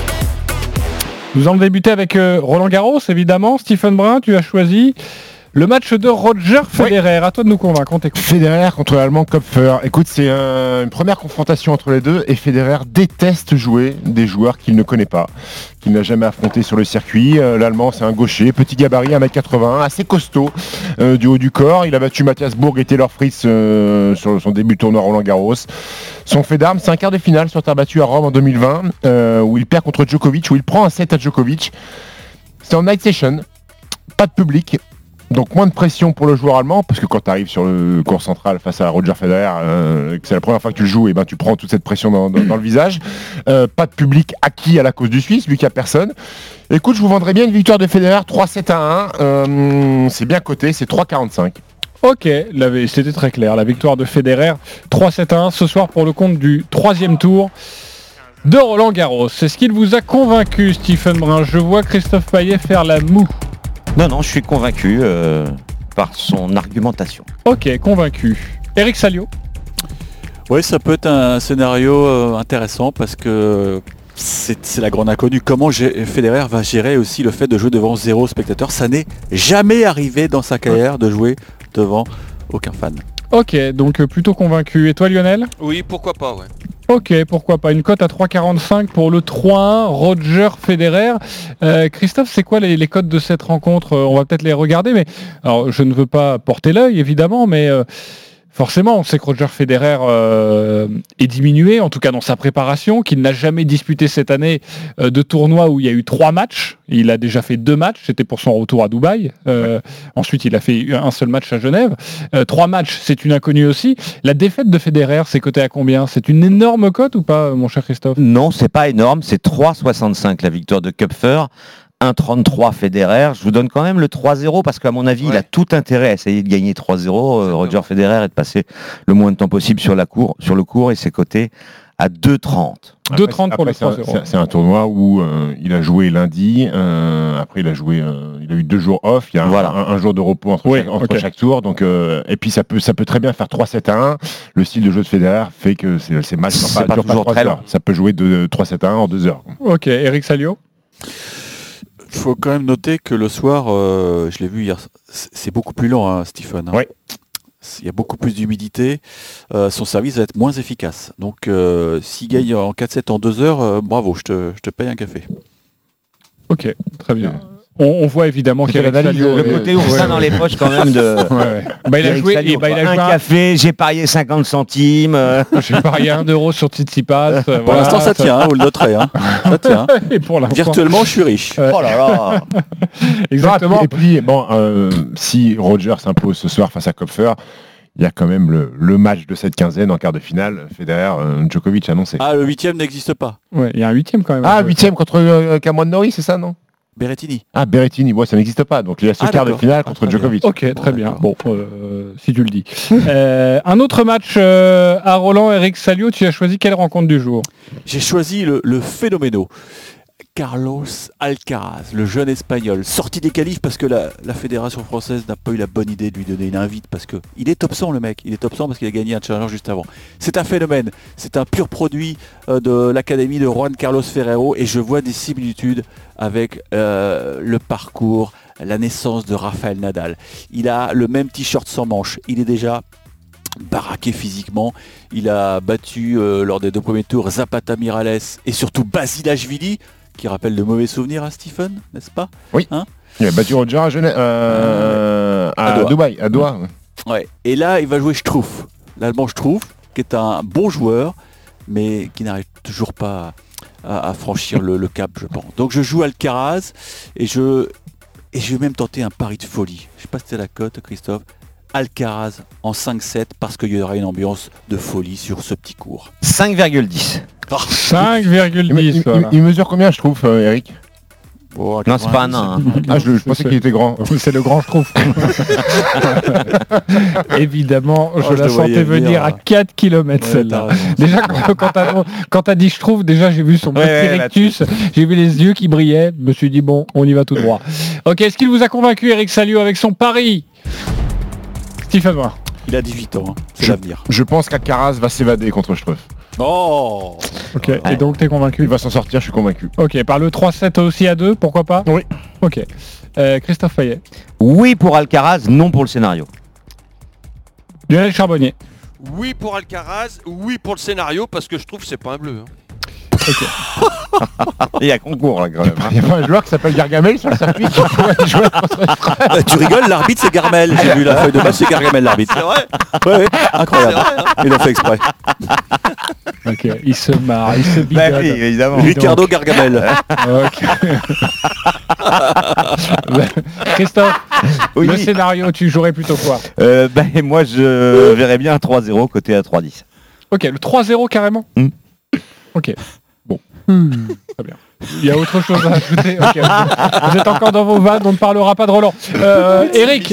Nous allons débuter avec euh, Roland Garros, évidemment. Stephen Brun, tu as choisi le match de Roger Federer. Oui. À toi de nous convaincre, on t'écoute. Federer contre l'Allemand Kopfer. Écoute, c'est un, une première confrontation entre les deux et Federer déteste jouer des joueurs qu'il ne connaît pas, qu'il n'a jamais affronté sur le circuit. Euh, L'Allemand, c'est un gaucher, petit gabarit, un mètre quatre-vingts, assez costaud euh, du haut du corps. Il a battu Matthias Bourg et Taylor Fritz euh, sur son début de tournoi Roland Garros. Son fait d'armes, c'est un quart de finale sur terre battue à Rome en deux mille vingt, euh, où il perd contre Djokovic, où il prend un set à Djokovic. C'est en night session, pas de public. Donc moins de pression pour le joueur allemand, parce que quand tu arrives sur le court central face à Roger Federer, euh, que c'est la première fois que tu le joues, et ben tu prends toute cette pression dans, dans, dans le visage. Euh, pas de public acquis à la cause du Suisse, lui qui a personne. Écoute, je vous vendrais bien une victoire de Federer trois sept à un. Euh, c'est bien coté, c'est trois quarante-cinq. Ok, c'était très clair. La victoire de Federer trois sept à un ce soir pour le compte du troisième tour de Roland Garros. C'est ce qu'il vous a convaincu, Stephen Brun. Je vois Christophe Payet faire la moue. Non, non, je suis convaincu euh, par son argumentation. Ok, convaincu. Eric Salio. Oui, ça peut être un scénario euh, intéressant parce que c'est, c'est la grande inconnue. Comment G- Federer va gérer aussi le fait de jouer devant zéro spectateur. Ça n'est jamais arrivé dans sa carrière de jouer devant aucun fan. Ok, donc euh, plutôt convaincu. Et toi, Lionel ? Oui, pourquoi pas, ouais. Ok, pourquoi pas. Une cote à trois quarante-cinq pour le trois un Roger Federer. Euh, Christophe, c'est quoi les, les cotes de cette rencontre ? On va peut-être les regarder, mais alors je ne veux pas porter l'œil, évidemment, mais euh, forcément, on sait que Roger Federer euh, est diminué, en tout cas dans sa préparation, qu'il n'a jamais disputé cette année euh, de tournoi où il y a eu trois matchs. Il a déjà fait deux matchs, c'était pour son retour à Dubaï. Euh, ensuite, il a fait un seul match à Genève. Euh, trois matchs, c'est une inconnue aussi. La défaite de Federer, c'est coté à combien ? C'est une énorme cote ou pas, mon cher Christophe ? Non, c'est pas énorme, c'est trois soixante-cinq la victoire de Kupfer. un trente-trois Federer, je vous donne quand même le trois zéro parce qu'à mon avis, ouais. il a tout intérêt à essayer de gagner trois zéro, euh, Roger Federer, et de passer le moins de temps possible sur, la cour, sur le court et c'est coté à deux trente. deux trente pour le trois zéro. C'est, c'est un tournoi où euh, il a joué lundi, euh, après il a joué, euh, il a eu deux jours off, il y a voilà. un, un jour de repos entre, oui, chaque, entre okay. chaque tour, donc euh, et puis ça peut, ça peut très bien faire trois sept à un. Le style de jeu de Federer fait que c'est, c'est match c'est pas, pas toujours pas très long. Ça peut jouer de trois sept à un en deux heures. Ok, Eric Salio. Il faut quand même noter que le soir, euh, je l'ai vu hier, c'est beaucoup plus lent, hein, Stephen. Hein. Oui. Il y a beaucoup plus d'humidité, euh, son service va être moins efficace. Donc euh, s'il gagne en quatre sept en deux heures, euh, bravo, je te, je te paye un café. Ok, très bien. On, on voit évidemment qu'il y a le côté oursin ouais, dans les poches quand même de. Ouais, ouais. Bah, il a joué, Salio, et bah, il a un joué café, un... j'ai parié cinquante centimes. Euh... J'ai parié un euro sur Tsitsipas. Pour voilà, l'instant, ça tient, hein, vous le noterez. Hein. Ça tient. Et pour virtuellement, je suis riche. Euh... Oh là là. Exactement. Et puis, bon, euh, si Roger s'impose ce soir face à Kopfer, il y a quand même le, le match de cette quinzaine en quart de finale, Federer, euh, Djokovic annoncé. Ah, le huitième n'existe pas. Ouais, il y a un huitième quand même. Ah, huitième contre euh, Cameron Norrie, c'est ça, non ? Berrettini. Ah, Berrettini, moi ça n'existe pas. Donc il y a ce Ah, quart de d'accord. finale Ah, contre très Djokovic. Ok, très bien. Bon, euh, si tu le dis. Euh, un autre match euh, à Roland, Eric Salio, tu as choisi quelle rencontre du jour? J'ai choisi le, le phénoméno. Carlos Alcaraz, le jeune espagnol, sorti des qualifs parce que la, la fédération française n'a pas eu la bonne idée de lui donner une invite parce que il est top cent le mec, il est top cent parce qu'il a gagné un challenger juste avant. C'est un phénomène, c'est un pur produit euh, de l'académie de Juan Carlos Ferrero et je vois des similitudes avec euh, le parcours, la naissance de Rafael Nadal. Il a le même t-shirt sans manches, il est déjà baraqué physiquement, il a battu euh, lors des deux premiers tours Zapata Miralles et surtout Basilashvili, qui rappelle de mauvais souvenirs à Stephen, n'est-ce pas? Oui. Hein, il a battu Roger à, Genève, euh, à, à Doha. Dubaï, à Doha. Ouais. Et là, il va jouer Struff, l'Allemand Struff, qui est un bon joueur, mais qui n'arrive toujours pas à, à franchir le, le cap, je pense. Donc je joue Alcaraz et je et je vais même tenter un pari de folie. Je sais pas si c'était la cote, Christophe. Alcaraz en cinq sept parce qu'il y aura une ambiance de folie sur ce petit cours. cinq virgule dix. cinq virgule Il, dix. il- Voilà. il mesure combien, je trouve, euh, Eric? Oh, Non, c'est pas un nain. hein. Ah, je, je pensais qu'il était grand. C'est le grand Schtroumpf. Évidemment, je Oh, je la te voyais sentais venir venir, à là. quatre kilomètres Ouais, celle-là. t'as raison. Déjà, quand, quand t'as quand t'as dit Schtroumpf, déjà j'ai vu son Ouais, petit ouais, rectus, j'ai vu les yeux qui brillaient, je me suis dit bon, on y va tout droit. Ok, est-ce qu'il vous a convaincu, Eric Salio, avec son pari? Stephen Moir. Il a dix-huit ans, hein. C'est Je- l'avenir. Je pense qu'Alcaraz va s'évader contre Struff. Oh Ok, et donc t'es convaincu? Il va s'en sortir, je suis convaincu. Ok, par le trois sept aussi à deux, pourquoi pas? Oui. Ok. Euh, Christophe Payet. Oui pour Alcaraz, non pour le scénario. Lionel Charbonnier. Oui pour Alcaraz, oui pour le scénario, parce que je trouve que c'est pas un bleu. hein. Il y a concours là quand même. hein. Il n'y a pas un joueur qui s'appelle Gargamel sur le circuit qui pourrait jouer contre Struff. Bah, tu rigoles, l'arbitre c'est Garmel. J'ai vu la feuille de match, c'est Gargamel l'arbitre. C'est vrai. Ouais, ouais, incroyable. C'est vrai, hein. Ils l'ont fait exprès. Ok, il se marre, il se Bah bidonne. oui, évidemment. Ricardo Gargamel. Ok. Christophe, Oui. le scénario, tu jouerais plutôt quoi? Euh, bah, moi je verrais bien un trois zéro côté à trois dix. Ok, le trois zéro carrément. Hmm. Ok, bon. Très bien. Il y a autre chose à ajouter. Ok, vous, vous êtes encore dans vos vannes, on ne parlera pas de Roland. Euh, Eric,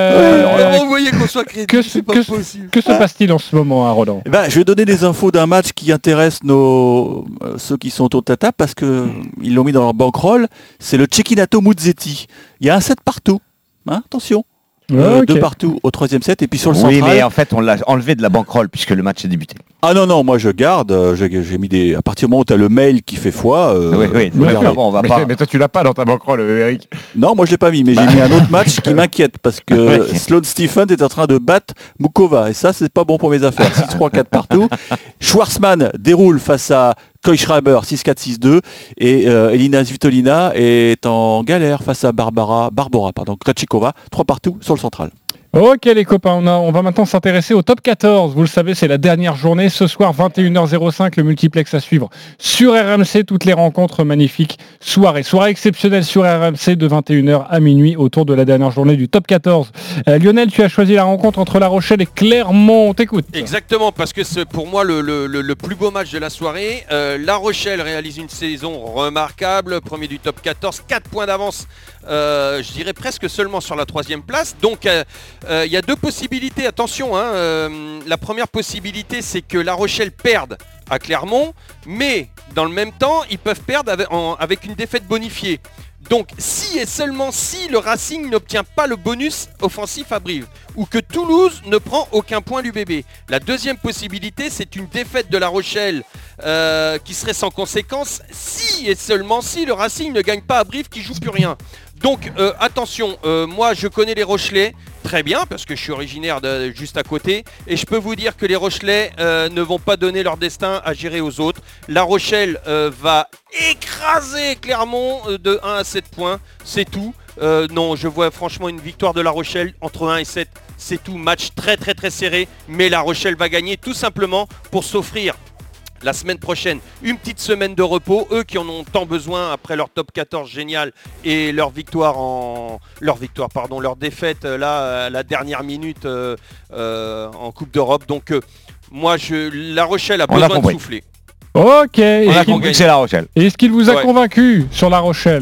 euh, Vous voyez qu'on soit crédible, que, se- c'est pas que, possible. que se passe-t-il en ce moment à Roland? Eh ben, je vais donner des infos d'un match qui intéresse nos euh, ceux qui sont autour de la table parce que ils l'ont mis dans leur bankroll. C'est le Cecchinato Musetti. Il y a un set partout. Hein, attention. Euh, Ok. Deux partout au troisième set et puis sur le Oui, central. mais en fait on l'a enlevé de la bankroll puisque le match est débuté. Ah non non, moi je garde. euh, J'ai j'ai mis des. À partir du moment où tu as le mail qui fait foi. euh, oui, oui, je vais garder. bon, on va Mais, pas. mais toi, tu l'as pas dans ta bankroll, euh, Eric. Non, moi je l'ai pas mis, mais j'ai mis un autre match qui m'inquiète parce que Sloane Stephens est en train de battre Mukova et ça c'est pas bon pour mes affaires. six trois quatre partout. Schwarzman déroule face à Kohlschreiber six quatre six deux et euh, Elina Svitolina est en galère face à Barbara Barbara pardon Krejcikova trois partout sur le central. Ok les copains, on, a, on va maintenant s'intéresser au top quatorze. Vous le savez, c'est la dernière journée. Ce soir, vingt et une heures zéro cinq, le multiplex à suivre sur R M C. Toutes les rencontres magnifiques. Soirée. Soirée exceptionnelle sur R M C de vingt et une heures à minuit autour de la dernière journée du top quatorze. Euh, Lionel, tu as choisi la rencontre entre La Rochelle et Clermont. On t'écoute. Exactement, parce que c'est pour moi le, le- le- le plus beau match de la soirée. Euh, La Rochelle réalise une saison remarquable, premier du top quatorze, quatre points d'avance, euh, je dirais presque seulement sur la troisième place. Donc il euh, euh, y a deux possibilités, attention. Hein, euh, la première possibilité, c'est que La Rochelle perde à Clermont, mais dans le même temps, ils peuvent perdre avec, en- avec une défaite bonifiée. Donc si et seulement si le Racing n'obtient pas le bonus offensif à Brive ou que Toulouse ne prend aucun point l'U B B. La deuxième possibilité, c'est une défaite de La Rochelle euh, qui serait sans conséquence si et seulement si le Racing ne gagne pas à Brive qui joue plus rien. Donc euh, attention, euh, moi je connais les Rochelais très bien parce que je suis originaire de juste à côté et je peux vous dire que les Rochelais euh, ne vont pas donner leur destin à gérer aux autres. La Rochelle euh, va écraser Clermont euh, de un à sept points, c'est tout. Euh, non, je vois franchement une victoire de La Rochelle entre un et sept, c'est tout. Match très très très serré, mais La Rochelle va gagner tout simplement pour s'offrir la semaine prochaine une petite semaine de repos, eux qui en ont tant besoin après leur top quatorze génial et leur victoire en leur victoire pardon leur défaite euh, là à la dernière minute euh, euh, en Coupe d'Europe. Donc euh, moi je La Rochelle a On a besoin de compris. souffler. Ok. On Est-ce a qu'il- compris que c'est La Rochelle. Est-ce qu'il vous a Ouais. convaincu sur La Rochelle,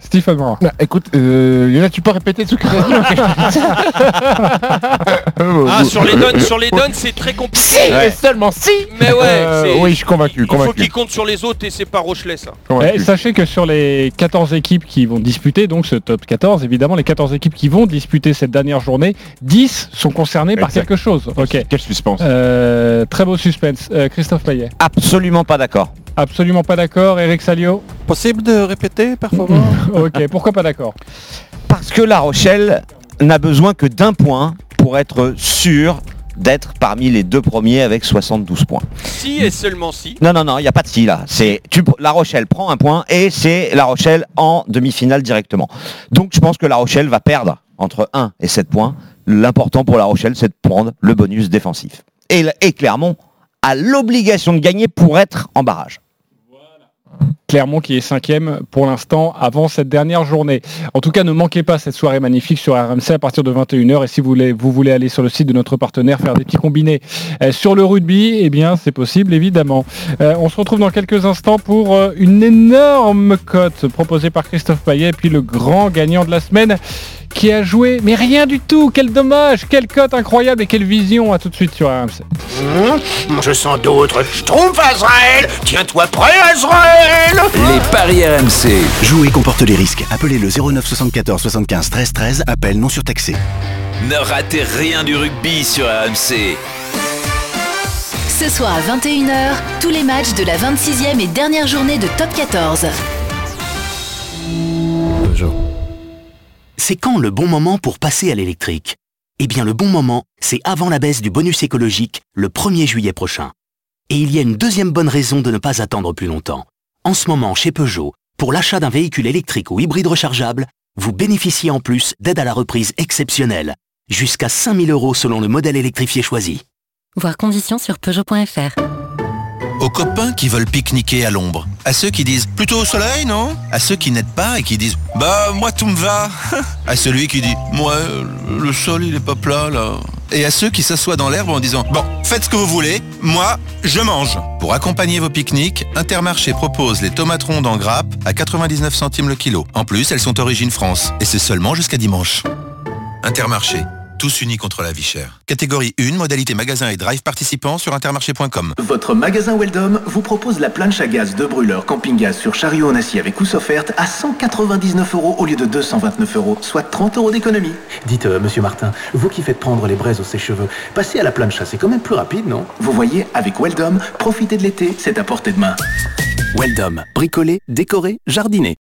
Stephen Brun. Bah, écoute, euh, Lionel, tu peux répéter ce que tu as dit. Ah, sur les dons, sur les dons, c'est très compliqué. Si, mais seulement si. Mais ouais, Euh, c'est- oui, je suis convaincu. il faut convaincu. qu'il compte sur les autres et c'est pas Rochelet ça. Eh, sachez que sur les quatorze équipes qui vont disputer, donc ce top quatorze, évidemment, les quatorze équipes qui vont disputer cette dernière journée, dix sont concernées par Exact. quelque chose. Ok. Quel suspense. Euh, très beau suspense. Euh, Christophe Payet. Absolument pas d'accord. Absolument pas d'accord. Eric Salio. Possible de répéter, par favor? Ok, pourquoi pas d'accord? Parce que La Rochelle n'a besoin que d'un point pour être sûr d'être parmi les deux premiers avec soixante-douze points. Si et seulement si. Non, non, non, il n'y a pas de si là. C'est tu, La Rochelle prend un point et c'est La Rochelle en demi-finale directement. Donc je pense que La Rochelle va perdre entre un et sept points. L'important pour La Rochelle, c'est de prendre le bonus défensif. Et, et Clermont a l'obligation de gagner pour être en barrage. Clermont qui est cinquième pour l'instant avant cette dernière journée. En tout cas, ne manquez pas cette soirée magnifique sur R M C à partir de vingt et une heures. Et si vous voulez, vous voulez aller sur le site de notre partenaire faire des petits combinés euh, sur le rugby, eh bien c'est possible évidemment. Euh, on se retrouve dans quelques instants pour euh, une énorme cote proposée par Christophe Payet, et puis le grand gagnant de la semaine qui a joué, mais rien du tout. Quel dommage, quelle cote incroyable et quelle vision. À tout de suite sur R M C. Mmh, je sens d'autres schtroumpfs, Azrael. Tiens-toi prêt, Azrael. Les paris R M C. Jouer comporte les risques. Appelez le zéro neuf soixante-quatorze soixante-quinze treize treize. Appel non surtaxé. Ne ratez rien du rugby sur R M C. Ce soir à vingt et une heures, tous les matchs de la vingt-sixième et dernière journée de Top quatorze. C'est quand le bon moment pour passer à l'électrique? Eh bien, le bon moment, c'est avant la baisse du bonus écologique, le premier juillet prochain. Et il y a une deuxième bonne raison de ne pas attendre plus longtemps. En ce moment, chez Peugeot, pour l'achat d'un véhicule électrique ou hybride rechargeable, vous bénéficiez en plus d'aide à la reprise exceptionnelle, jusqu'à cinq mille euros selon le modèle électrifié choisi. Voir conditions sur Peugeot point F R. Aux copains qui veulent pique-niquer à l'ombre. À ceux qui disent « plutôt au soleil, non ?» À ceux qui n'aident pas et qui disent « bah, moi tout me va !» À celui qui dit « moi, le sol il est pas plat là !» Et à ceux qui s'assoient dans l'herbe en disant « bon, faites ce que vous voulez, moi, je mange !» Pour accompagner vos pique-niques, Intermarché propose les tomates rondes en grappe à quatre-vingt-dix-neuf centimes le kilo. En plus, elles sont origine France. Et c'est seulement jusqu'à dimanche. Intermarché. Tous unis contre la vie chère. Catégorie un, modalité magasin et drive participants sur intermarché point com. Votre magasin Weldom vous propose la planche à gaz de brûleur camping-gaz sur chariot en acier avec housse offerte à cent quatre-vingt-dix-neuf euros au lieu de deux cent vingt-neuf euros, soit trente euros d'économie. Dites, euh, monsieur Martin, vous qui faites prendre les braises aux sèche-cheveux, passer à la plancha, c'est quand même plus rapide, non? Vous voyez, avec Weldom, profitez de l'été, c'est à portée de main. Weldom. Bricoler, décorer, jardiner.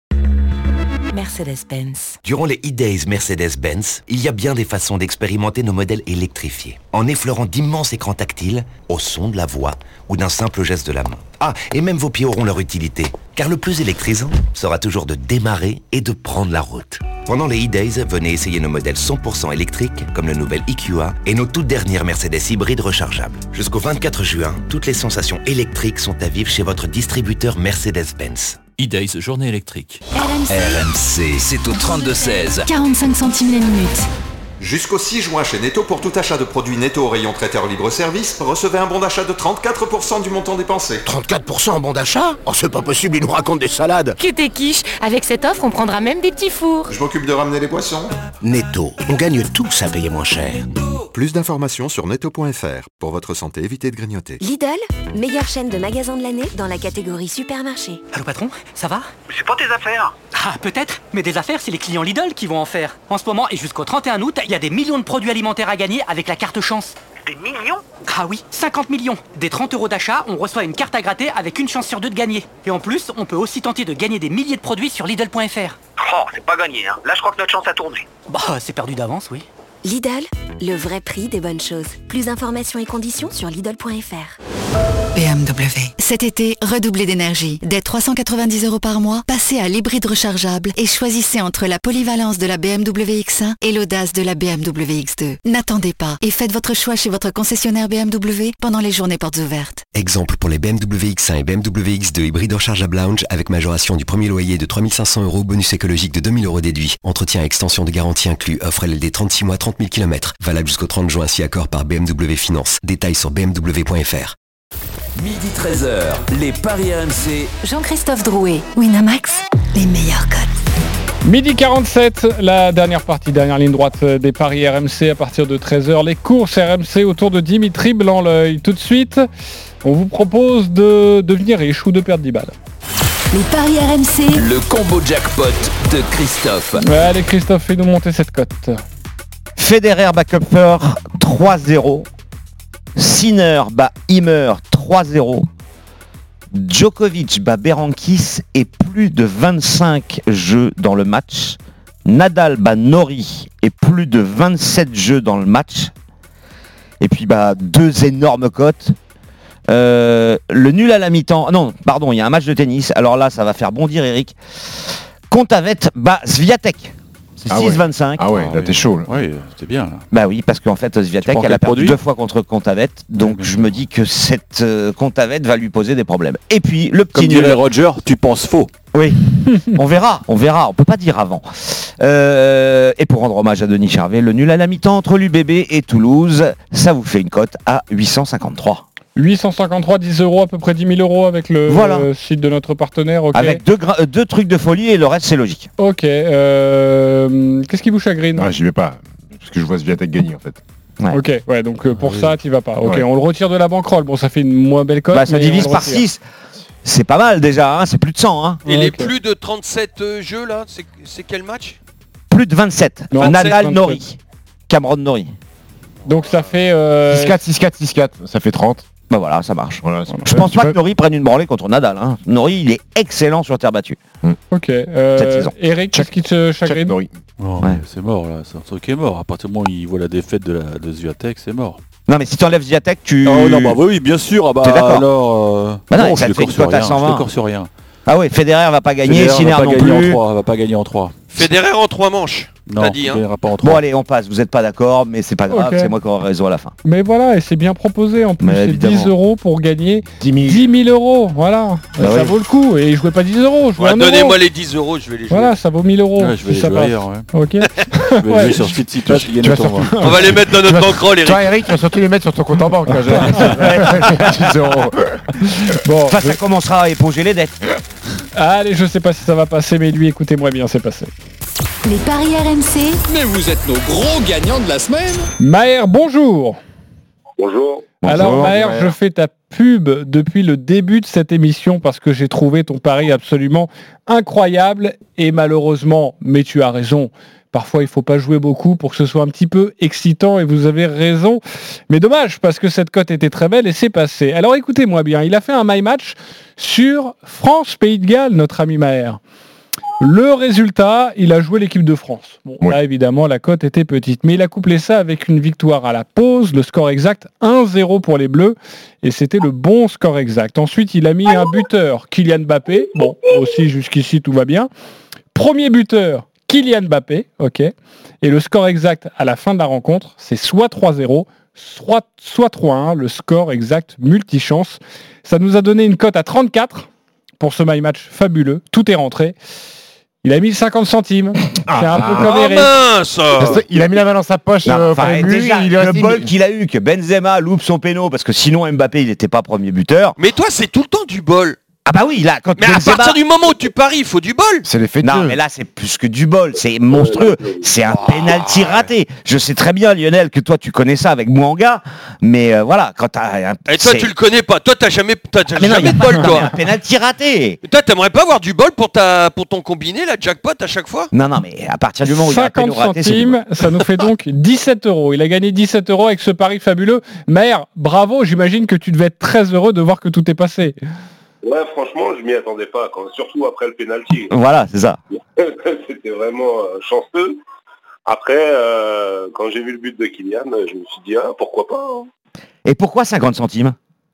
Mercedes-Benz. Durant les e-days Mercedes-Benz, il y a bien des façons d'expérimenter nos modèles électrifiés, en effleurant d'immenses écrans tactiles, au son de la voix ou d'un simple geste de la main. Ah, et même vos pieds auront leur utilité, car le plus électrisant sera toujours de démarrer et de prendre la route. Pendant les e-days, venez essayer nos modèles cent pour cent électriques, comme le nouvel E Q A et nos toutes dernières Mercedes hybrides rechargeables. Jusqu'au vingt-quatre juin, toutes les sensations électriques sont à vivre chez votre distributeur Mercedes-Benz. e-days, journée électrique. R M C. R M C, c'est au trente-deux seize. quarante-cinq centimes la minute. Jusqu'au six juin chez Netto, pour tout achat de produits Netto au rayon traiteur libre-service, recevez un bon d'achat de trente-quatre pour cent du montant dépensé. trente-quatre pour cent en bon d'achat? Oh, c'est pas possible, ils nous racontent des salades. Que t'es quiche. Avec cette offre, on prendra même des petits fours. Je m'occupe de ramener les boissons. Netto, on gagne tous à payer moins cher. Plus d'informations sur netto point F R. Pour votre santé, évitez de grignoter. Lidl, meilleure chaîne de magasins de l'année dans la catégorie supermarché. Allô patron, ça va? C'est pas tes affaires. Ah peut-être, mais des affaires c'est les clients Lidl qui vont en faire. En ce moment et jusqu'au trente et un août, il y a des millions de produits alimentaires à gagner avec la carte chance. Des millions? Ah oui, cinquante millions. Des trente euros d'achat, on reçoit une carte à gratter avec une chance sur deux de gagner. Et en plus, on peut aussi tenter de gagner des milliers de produits sur Lidl point F R. Oh, c'est pas gagné, hein. Là, je crois que notre chance a tourné. Bah, c'est perdu d'avance, oui. Lidl, le vrai prix des bonnes choses. Plus d'informations et conditions sur Lidl point F R. B M W. Cet été, redoublez d'énergie. Dès trois cent quatre-vingt-dix euros par mois, passez à l'hybride rechargeable et choisissez entre la polyvalence de la B M W X un et l'audace de la B M W X deux. N'attendez pas et faites votre choix chez votre concessionnaire B M W pendant les journées portes ouvertes. Exemple pour les B M W X un et B M W X deux hybride rechargeable lounge avec majoration du premier loyer de trois mille cinq cents euros, bonus écologique de deux mille euros déduit. Entretien et extension de garantie inclus. Offre L L D trente-six mois, trente mille kilomètres. Valable jusqu'au trente juin si accord par B M W Finance. Détails sur b m w point f r. Midi treize heures, les paris R M C. Jean-Christophe Drouet, Winamax, les meilleurs codes. Midi quarante-sept, la dernière partie, dernière ligne droite des paris R M C à partir de treize heures. Les courses R M C autour de Dimitri Blanc-L'œil. Tout de suite, on vous propose de devenir riche ou de perdre dix balles. Les paris R M C. Le combo jackpot de Christophe. Ouais, allez Christophe, fais-nous monter cette cote. Federer bat Kupfer trois zéro. Sinner bat Himmer trois zéro. Djokovic bat Berankis et plus de vingt-cinq jeux dans le match. Nadal bat Norrie et plus de vingt-sept jeux dans le match. Et puis bah deux énormes cotes. Euh, le nul à la mi-temps. Non, pardon, il y a un match de tennis. Alors là, ça va faire bondir Eric. Kontavet bat Swiatek. C'est Ah six ouais. vingt-cinq. Ah ouais, là t'es chaud. Là. Oui, c'était bien. Là. Bah oui, parce qu'en fait, Swiatek, prends elle quel a perdu produit deux fois contre Kontavet. Donc je me dis que cette euh, Kontavet va lui poser des problèmes. Et puis le petit Comme nul. dirait Roger, tu penses faux. Oui, on verra, on verra, on peut pas dire avant. Euh, et pour rendre hommage à Denis Charvet, le nul à la mi-temps entre l'U B B et Toulouse, ça vous fait une cote à huit cent cinquante-trois. huit cent cinquante-trois, dix euros, à peu près dix mille euros avec le Voilà. euh, site de notre partenaire. ok. Avec deux, gra- euh, deux trucs de folie et le reste c'est logique. Ok. euh, Qu'est-ce qui vous chagrine? Ah, j'y vais pas. Parce que je vois Swiatek gagner en fait. Ouais. Ok, ouais, donc euh, pour Oui. ça, tu vas pas. Ok, Ouais. on le retire de la banquerolle. Bon, ça fait une moins belle cote. Bah, ça mais divise on le par retire. six. C'est pas mal déjà, hein, c'est plus de cent. Hein. Et les Ok. plus de trente-sept euh, jeux là, c'est c'est quel match? Plus de vingt-sept. Non, Nadal, vingt-sept. Norrie. Cameron Norrie. Donc ça fait. euh, six quatre, six quatre, six quatre, ça fait trente. Bah voilà, ça marche. Voilà, c'est- Je pense tu pas peux- que Norrie prenne une branlée contre Nadal. Hein. Norrie, il est excellent sur terre battue. Ok. euh, Cette saison. Eric, qu'est-ce qui te Check chagrine? Norrie. Non, Ouais. mais c'est mort là, c'est un truc qui est mort. À partir du moment où il voit la défaite de, la, de Swiatek, c'est mort. Non mais si tu enlèves Swiatek, tu... Oh non, bah oui, bien sûr. Ah bah T'es d'accord? alors. Euh... Bah non, non, ça je te fait décore une sur cote à rien. cent vingt. Je décore sur rien. Ah ouais, Federer va pas gagner, Federer Sinner va pas non gagner en plus. trois, va pas gagner en trois. Federer en trois manches. Non, T'as dit, hein. il gagnera pas en trois. Bon allez, on passe, vous êtes pas d'accord, mais c'est pas grave, Ok. c'est moi qui aurai raison à la fin. Mais voilà, et c'est bien proposé. En plus, Mais c'est évidemment. dix euros pour gagner dix mille. dix mille euros. Voilà. Bah ça oui. vaut le coup. Et jouez pas dix euros, jouez Ouais, un euro. Donnez-moi les dix euros, je vais les jouer. Voilà, ça vaut mille euros. Ouais, je vais si les ça jouer passe. ailleurs. Ouais. Ok. Je vais Ouais. jouer sur Speed City, je gagne tu vas ton surtout- moi. On va les mettre dans notre banquerolle, Eric. Toi Eric, tu vas surtout les mettre sur ton compte en banque. hein, j'ai- dix euros. Bon, Enfin, ça commencera à éponger les dettes. allez, je sais pas si ça va passer, mais lui, écoutez-moi bien, c'est passé. Les paris R M C. Mais vous êtes nos gros gagnants de la semaine. Maher, bonjour. Bonjour. Alors Bonjour, Maher, Maher. je fais ta pub depuis le début de cette émission parce que j'ai trouvé ton pari absolument incroyable et malheureusement, mais tu as raison, parfois il faut pas jouer beaucoup pour que ce soit un petit peu excitant et vous avez raison. Mais dommage parce que cette cote était très belle et c'est passé. Alors écoutez-moi bien, il a fait un my match sur France-Pays de Galles, notre ami Maher. Le résultat, il a joué l'équipe de France. Bon, Oui. là, évidemment, la cote était petite. Mais il a couplé ça avec une victoire à la pause. Le score exact, un zéro pour les Bleus. Et c'était le bon score exact. Ensuite, il a mis un buteur, Kylian Mbappé. Bon, aussi, jusqu'ici, tout va bien. Premier buteur, Kylian Mbappé. OK. Et le score exact à la fin de la rencontre, c'est soit trois zéro, soit, soit trois un. Le score exact multichance. Ça nous a donné une cote à trente-quatre pour ce my match fabuleux. Tout est rentré. Il a mis cinquante centimes. C'est un peu comme Oh Eric. mince. Il a mis la main dans sa poche. Non, euh, enfin, au début, déjà, il lui a le dit, bol mais- qu'il a eu, que Benzema loupe son péno, parce que sinon Mbappé, il n'était pas premier buteur. Mais toi, c'est tout le temps du bol. Ah bah oui, là, quand Mais à Benzema... partir du moment où tu paries, il faut du bol. C'est l'effet de Non, jeu. mais là, c'est plus que du bol, c'est monstrueux. C'est un penalty raté. Je sais très bien, Lionel, que toi, tu connais ça avec Mouanga, mais euh, voilà, quand t'as un... Et toi, c'est- tu le connais pas. Toi, t'as jamais, t'as Ah, mais non, jamais y a de pas- bol, non, mais toi. un penalty raté. Et toi, t'aimerais pas avoir du bol pour ta, pour ton combiné, la jackpot à chaque fois? Non, non, mais à partir du moment où il y a un cinquante péno raté, c'est du bol. centimes, ça nous fait donc dix-sept euros. Il a gagné dix-sept euros avec ce pari fabuleux. Maher, bravo, j'imagine que tu devais être très heureux de voir que tout est passé. Ouais, franchement, je m'y attendais pas, quand, surtout après le penalty. Voilà, c'est ça. C'était vraiment euh, chanceux. Après, euh, quand j'ai vu le but de Kylian, je me suis dit, ah, pourquoi pas hein. Et pourquoi cinquante centimes?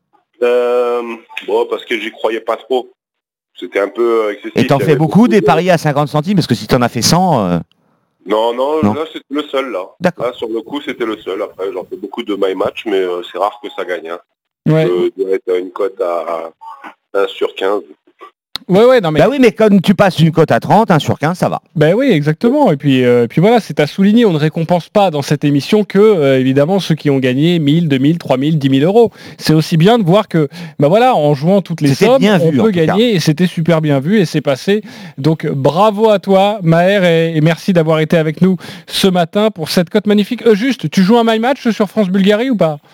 Euh, Bon, parce que j'y croyais pas trop. C'était un peu euh, excessif. Et t'en Il y fais avait beaucoup des de- paris à cinquante centimes? Parce que si t'en as fait cent... euh, Non, non, Non. là, c'était le seul, là. D'accord. Là, sur le coup, c'était le seul. Après, j'en fais beaucoup de my match, mais euh, c'est rare que ça gagne. Hein. Ouais. Je dois être à une cote à un sur quinze. Ouais, ouais, non mais. Bah oui, mais quand tu passes une cote à trente, un sur quinze, ça va. Ben oui, exactement. Et puis, euh, et puis voilà, c'est à souligner. On ne récompense pas dans cette émission que, euh, évidemment, ceux qui ont gagné mille, deux mille, trois mille, dix mille euros. C'est aussi bien de voir que, ben voilà, en jouant toutes les C'était sommes, bien on vu, en peut tout cas. gagner et c'était super bien vu et c'est passé. Donc, bravo à toi, Maher, et, et merci d'avoir été avec nous ce matin pour cette cote magnifique. Euh, juste, tu joues un My Match sur France-Bulgarie ou pas?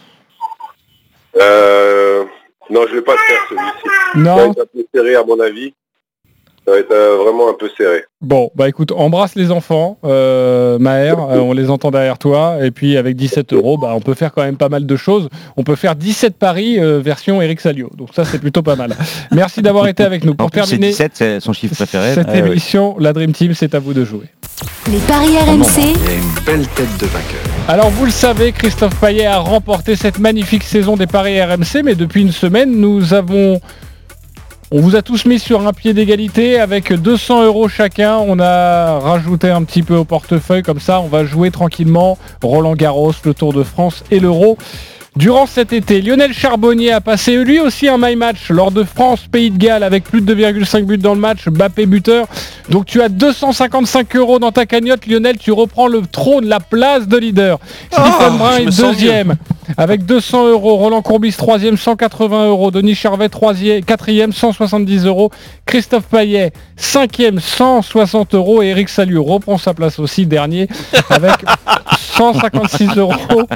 Euh... Non, je vais pas le faire celui-ci. Non. Ça va être un peu serré à mon avis. Ça va être euh, vraiment un peu serré. Bon, bah écoute, embrasse les enfants, euh, Maher, euh, on les entend derrière toi, et puis avec dix-sept euros, bah, on peut faire quand même pas mal de choses. On peut faire dix-sept paris euh, version Eric Salio, donc ça c'est plutôt pas mal. Merci d'avoir été avec nous. Pour En plus, terminer c'est dix-sept, c'est son chiffre préféré. cette Ah, oui. émission, la Dream Team, c'est à vous de jouer. Les paris R M C, Il y a une belle tête de vainqueur. Alors vous le savez, Christophe Payet a remporté cette magnifique saison des paris R M C, mais depuis une semaine, nous avons... On vous a tous mis sur un pied d'égalité avec deux cents euros chacun. On a rajouté un petit peu au portefeuille, comme ça on va jouer tranquillement Roland Garros, le Tour de France et l'Euro. Durant cet été, Lionel Charbonnier a passé lui aussi un My Match lors de France-Pays de Galles avec plus de deux virgule cinq buts dans le match, Mbappé buteur. Donc tu as deux cent cinquante-cinq euros dans ta cagnotte, Lionel, tu reprends le trône, la place de leader. Stephen Brun est deuxième avec deux cents euros, Roland Courbis troisième, cent quatre-vingts euros, Denis Charvet troisième, quatrième, cent soixante-dix euros, Christophe Payet cinquième, cent soixante euros et Eric Salio reprend sa place aussi dernier avec cent cinquante-six euros.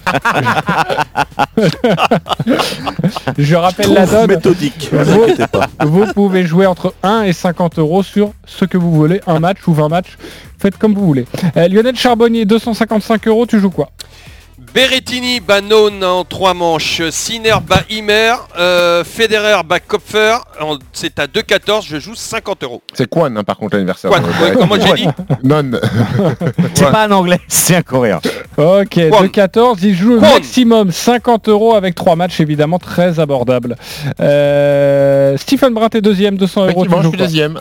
Je rappelle la donne. Méthodique. Vous, vous pouvez jouer entre un et cinquante euros sur ce que vous voulez, un match ou vingt matchs. Faites comme vous voulez. Euh, Lionel Charbonnier, deux cent cinquante-cinq euros, tu joues quoi? Berrettini bat None en trois manches, Sinner bat Imer, euh, Federer bat Kopfer, en- c'est à deux quatorze, je joue cinquante euros. C'est Kwan, hein, par contre, l'anniversaire. Kwan, ouais, comment j'ai dit Non. C'est pas un anglais, c'est un coréen. Ok, Quoi deux quatorze, il joue au Quoi maximum cinquante euros avec trois matchs, évidemment très abordable. Euh, Stephen Brun est deuxième, deux cents euros. Effectivement, tu je joues suis quoi? deuxième.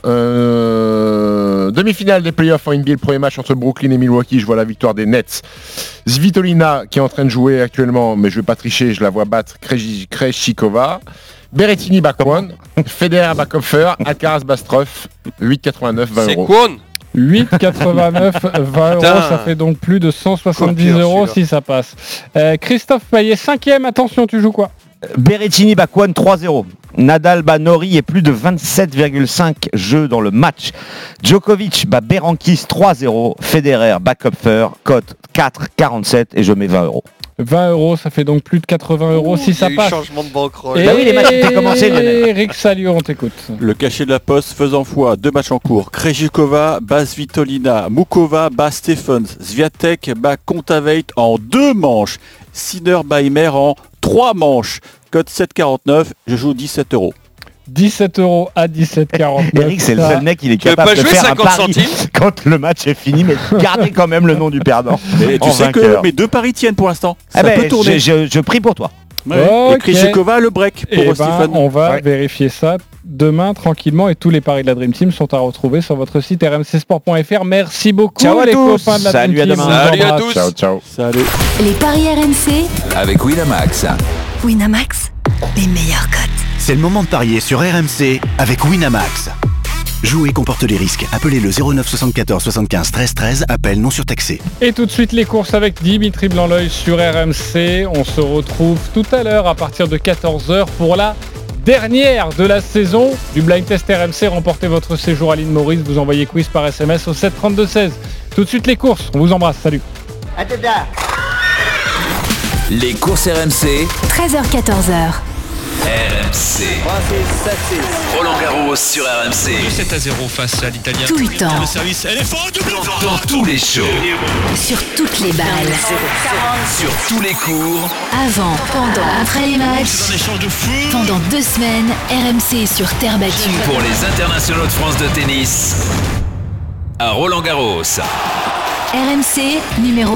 Euh, Demi-finale des playoffs en N B A, le premier match entre Brooklyn et Milwaukee. Je vois la victoire des Nets. Svitolina qui est en train de jouer actuellement, mais je vais pas tricher, je la vois battre Krejci- Krejcikova. Berrettini bat Kwon, Federer bat Kopfer, Alcaraz bat Struff, huit quatre-vingt-neuf, vingt C'est euros. Kwon. huit quatre-vingt-neuf, vingt euros, Putain. ça fait donc plus de cent soixante-dix Copieur, euros celui-là. si ça passe. Euh, Christophe Payet, cinquième, attention, tu joues quoi? Berrettini bat Kwon trois zéro. Nadal bat Nori et plus de vingt-sept virgule cinq jeux dans le match. Djokovic bat Berankis trois zéro. Federer bat Kopfer, cote quatre quarante-sept et je mets vingt euros. vingt euros, ça fait donc plus de quatre-vingts euros si ça passe. Changement de banquerolle. Et Bah oui, les matchs étaient commencés, Lionel. Eric Salio, on t'écoute. Le cachet de la poste faisant foi, deux matchs en cours. Krejcikova bat Svitolina, Mukova bat Stephens, Swiatek bat Kontaveit en deux manches, Sinner bat Imer en trois manches. Code sept quarante-neuf, je joue dix-sept euros. dix-sept euros à dix-sept quarante-neuf. Eric, c'est le Ça- seul mec, il est Tu veux capable pas de jouer faire un cinquante pari centimes quand le match est fini, mais garder quand même le nom du perdant. Et tu en sais vainqueur. que mes deux paris tiennent pour l'instant. Ça Ah ben, peut tourner. je, je, je prie pour toi. Ouais. Ok. Et Krejcikova le break pour Eh ben, Stephen. on va Ouais. vérifier ça demain tranquillement et tous les paris de la Dream Team sont à retrouver sur votre site r m c sport point f r. Merci beaucoup Ciao à les tous. copains de la Salut, Dream à Team. demain. On vous Salut à embrasse. tous. Ciao, ciao. Salut. les paris R M C, Avec Winamax. Winamax, les meilleurs cotes. C'est le moment de parier sur R M C avec Winamax. Jouer comporte les risques. Appelez le zéro neuf soixante-quatorze soixante-quinze treize treize. Appel non surtaxé. Et tout de suite les courses avec Dimitri Blanc-L'œil sur R M C. On se retrouve tout à l'heure à partir de quatorze heures pour la dernière de la saison du Blind Test R M C. Remportez votre séjour à l'île Maurice. Vous envoyez quiz par S M S au sept trente-deux seize. Tout de suite les courses. On vous embrasse. Salut. Les courses R M C. treize heures quatorze heures. R M C. Roland Garros sur R M C. sept à zéro face à l'Italien. Tout le temps. Le service, elle est forte. Dans, dans tous les shows. Sur toutes les balles. Sur tous les cours. Avant, pendant, après les matchs. Un échange de fou. Pendant deux semaines, R M C est sur terre battue. Pour les internationaux de France de tennis. À Roland Garros. R M C, numéro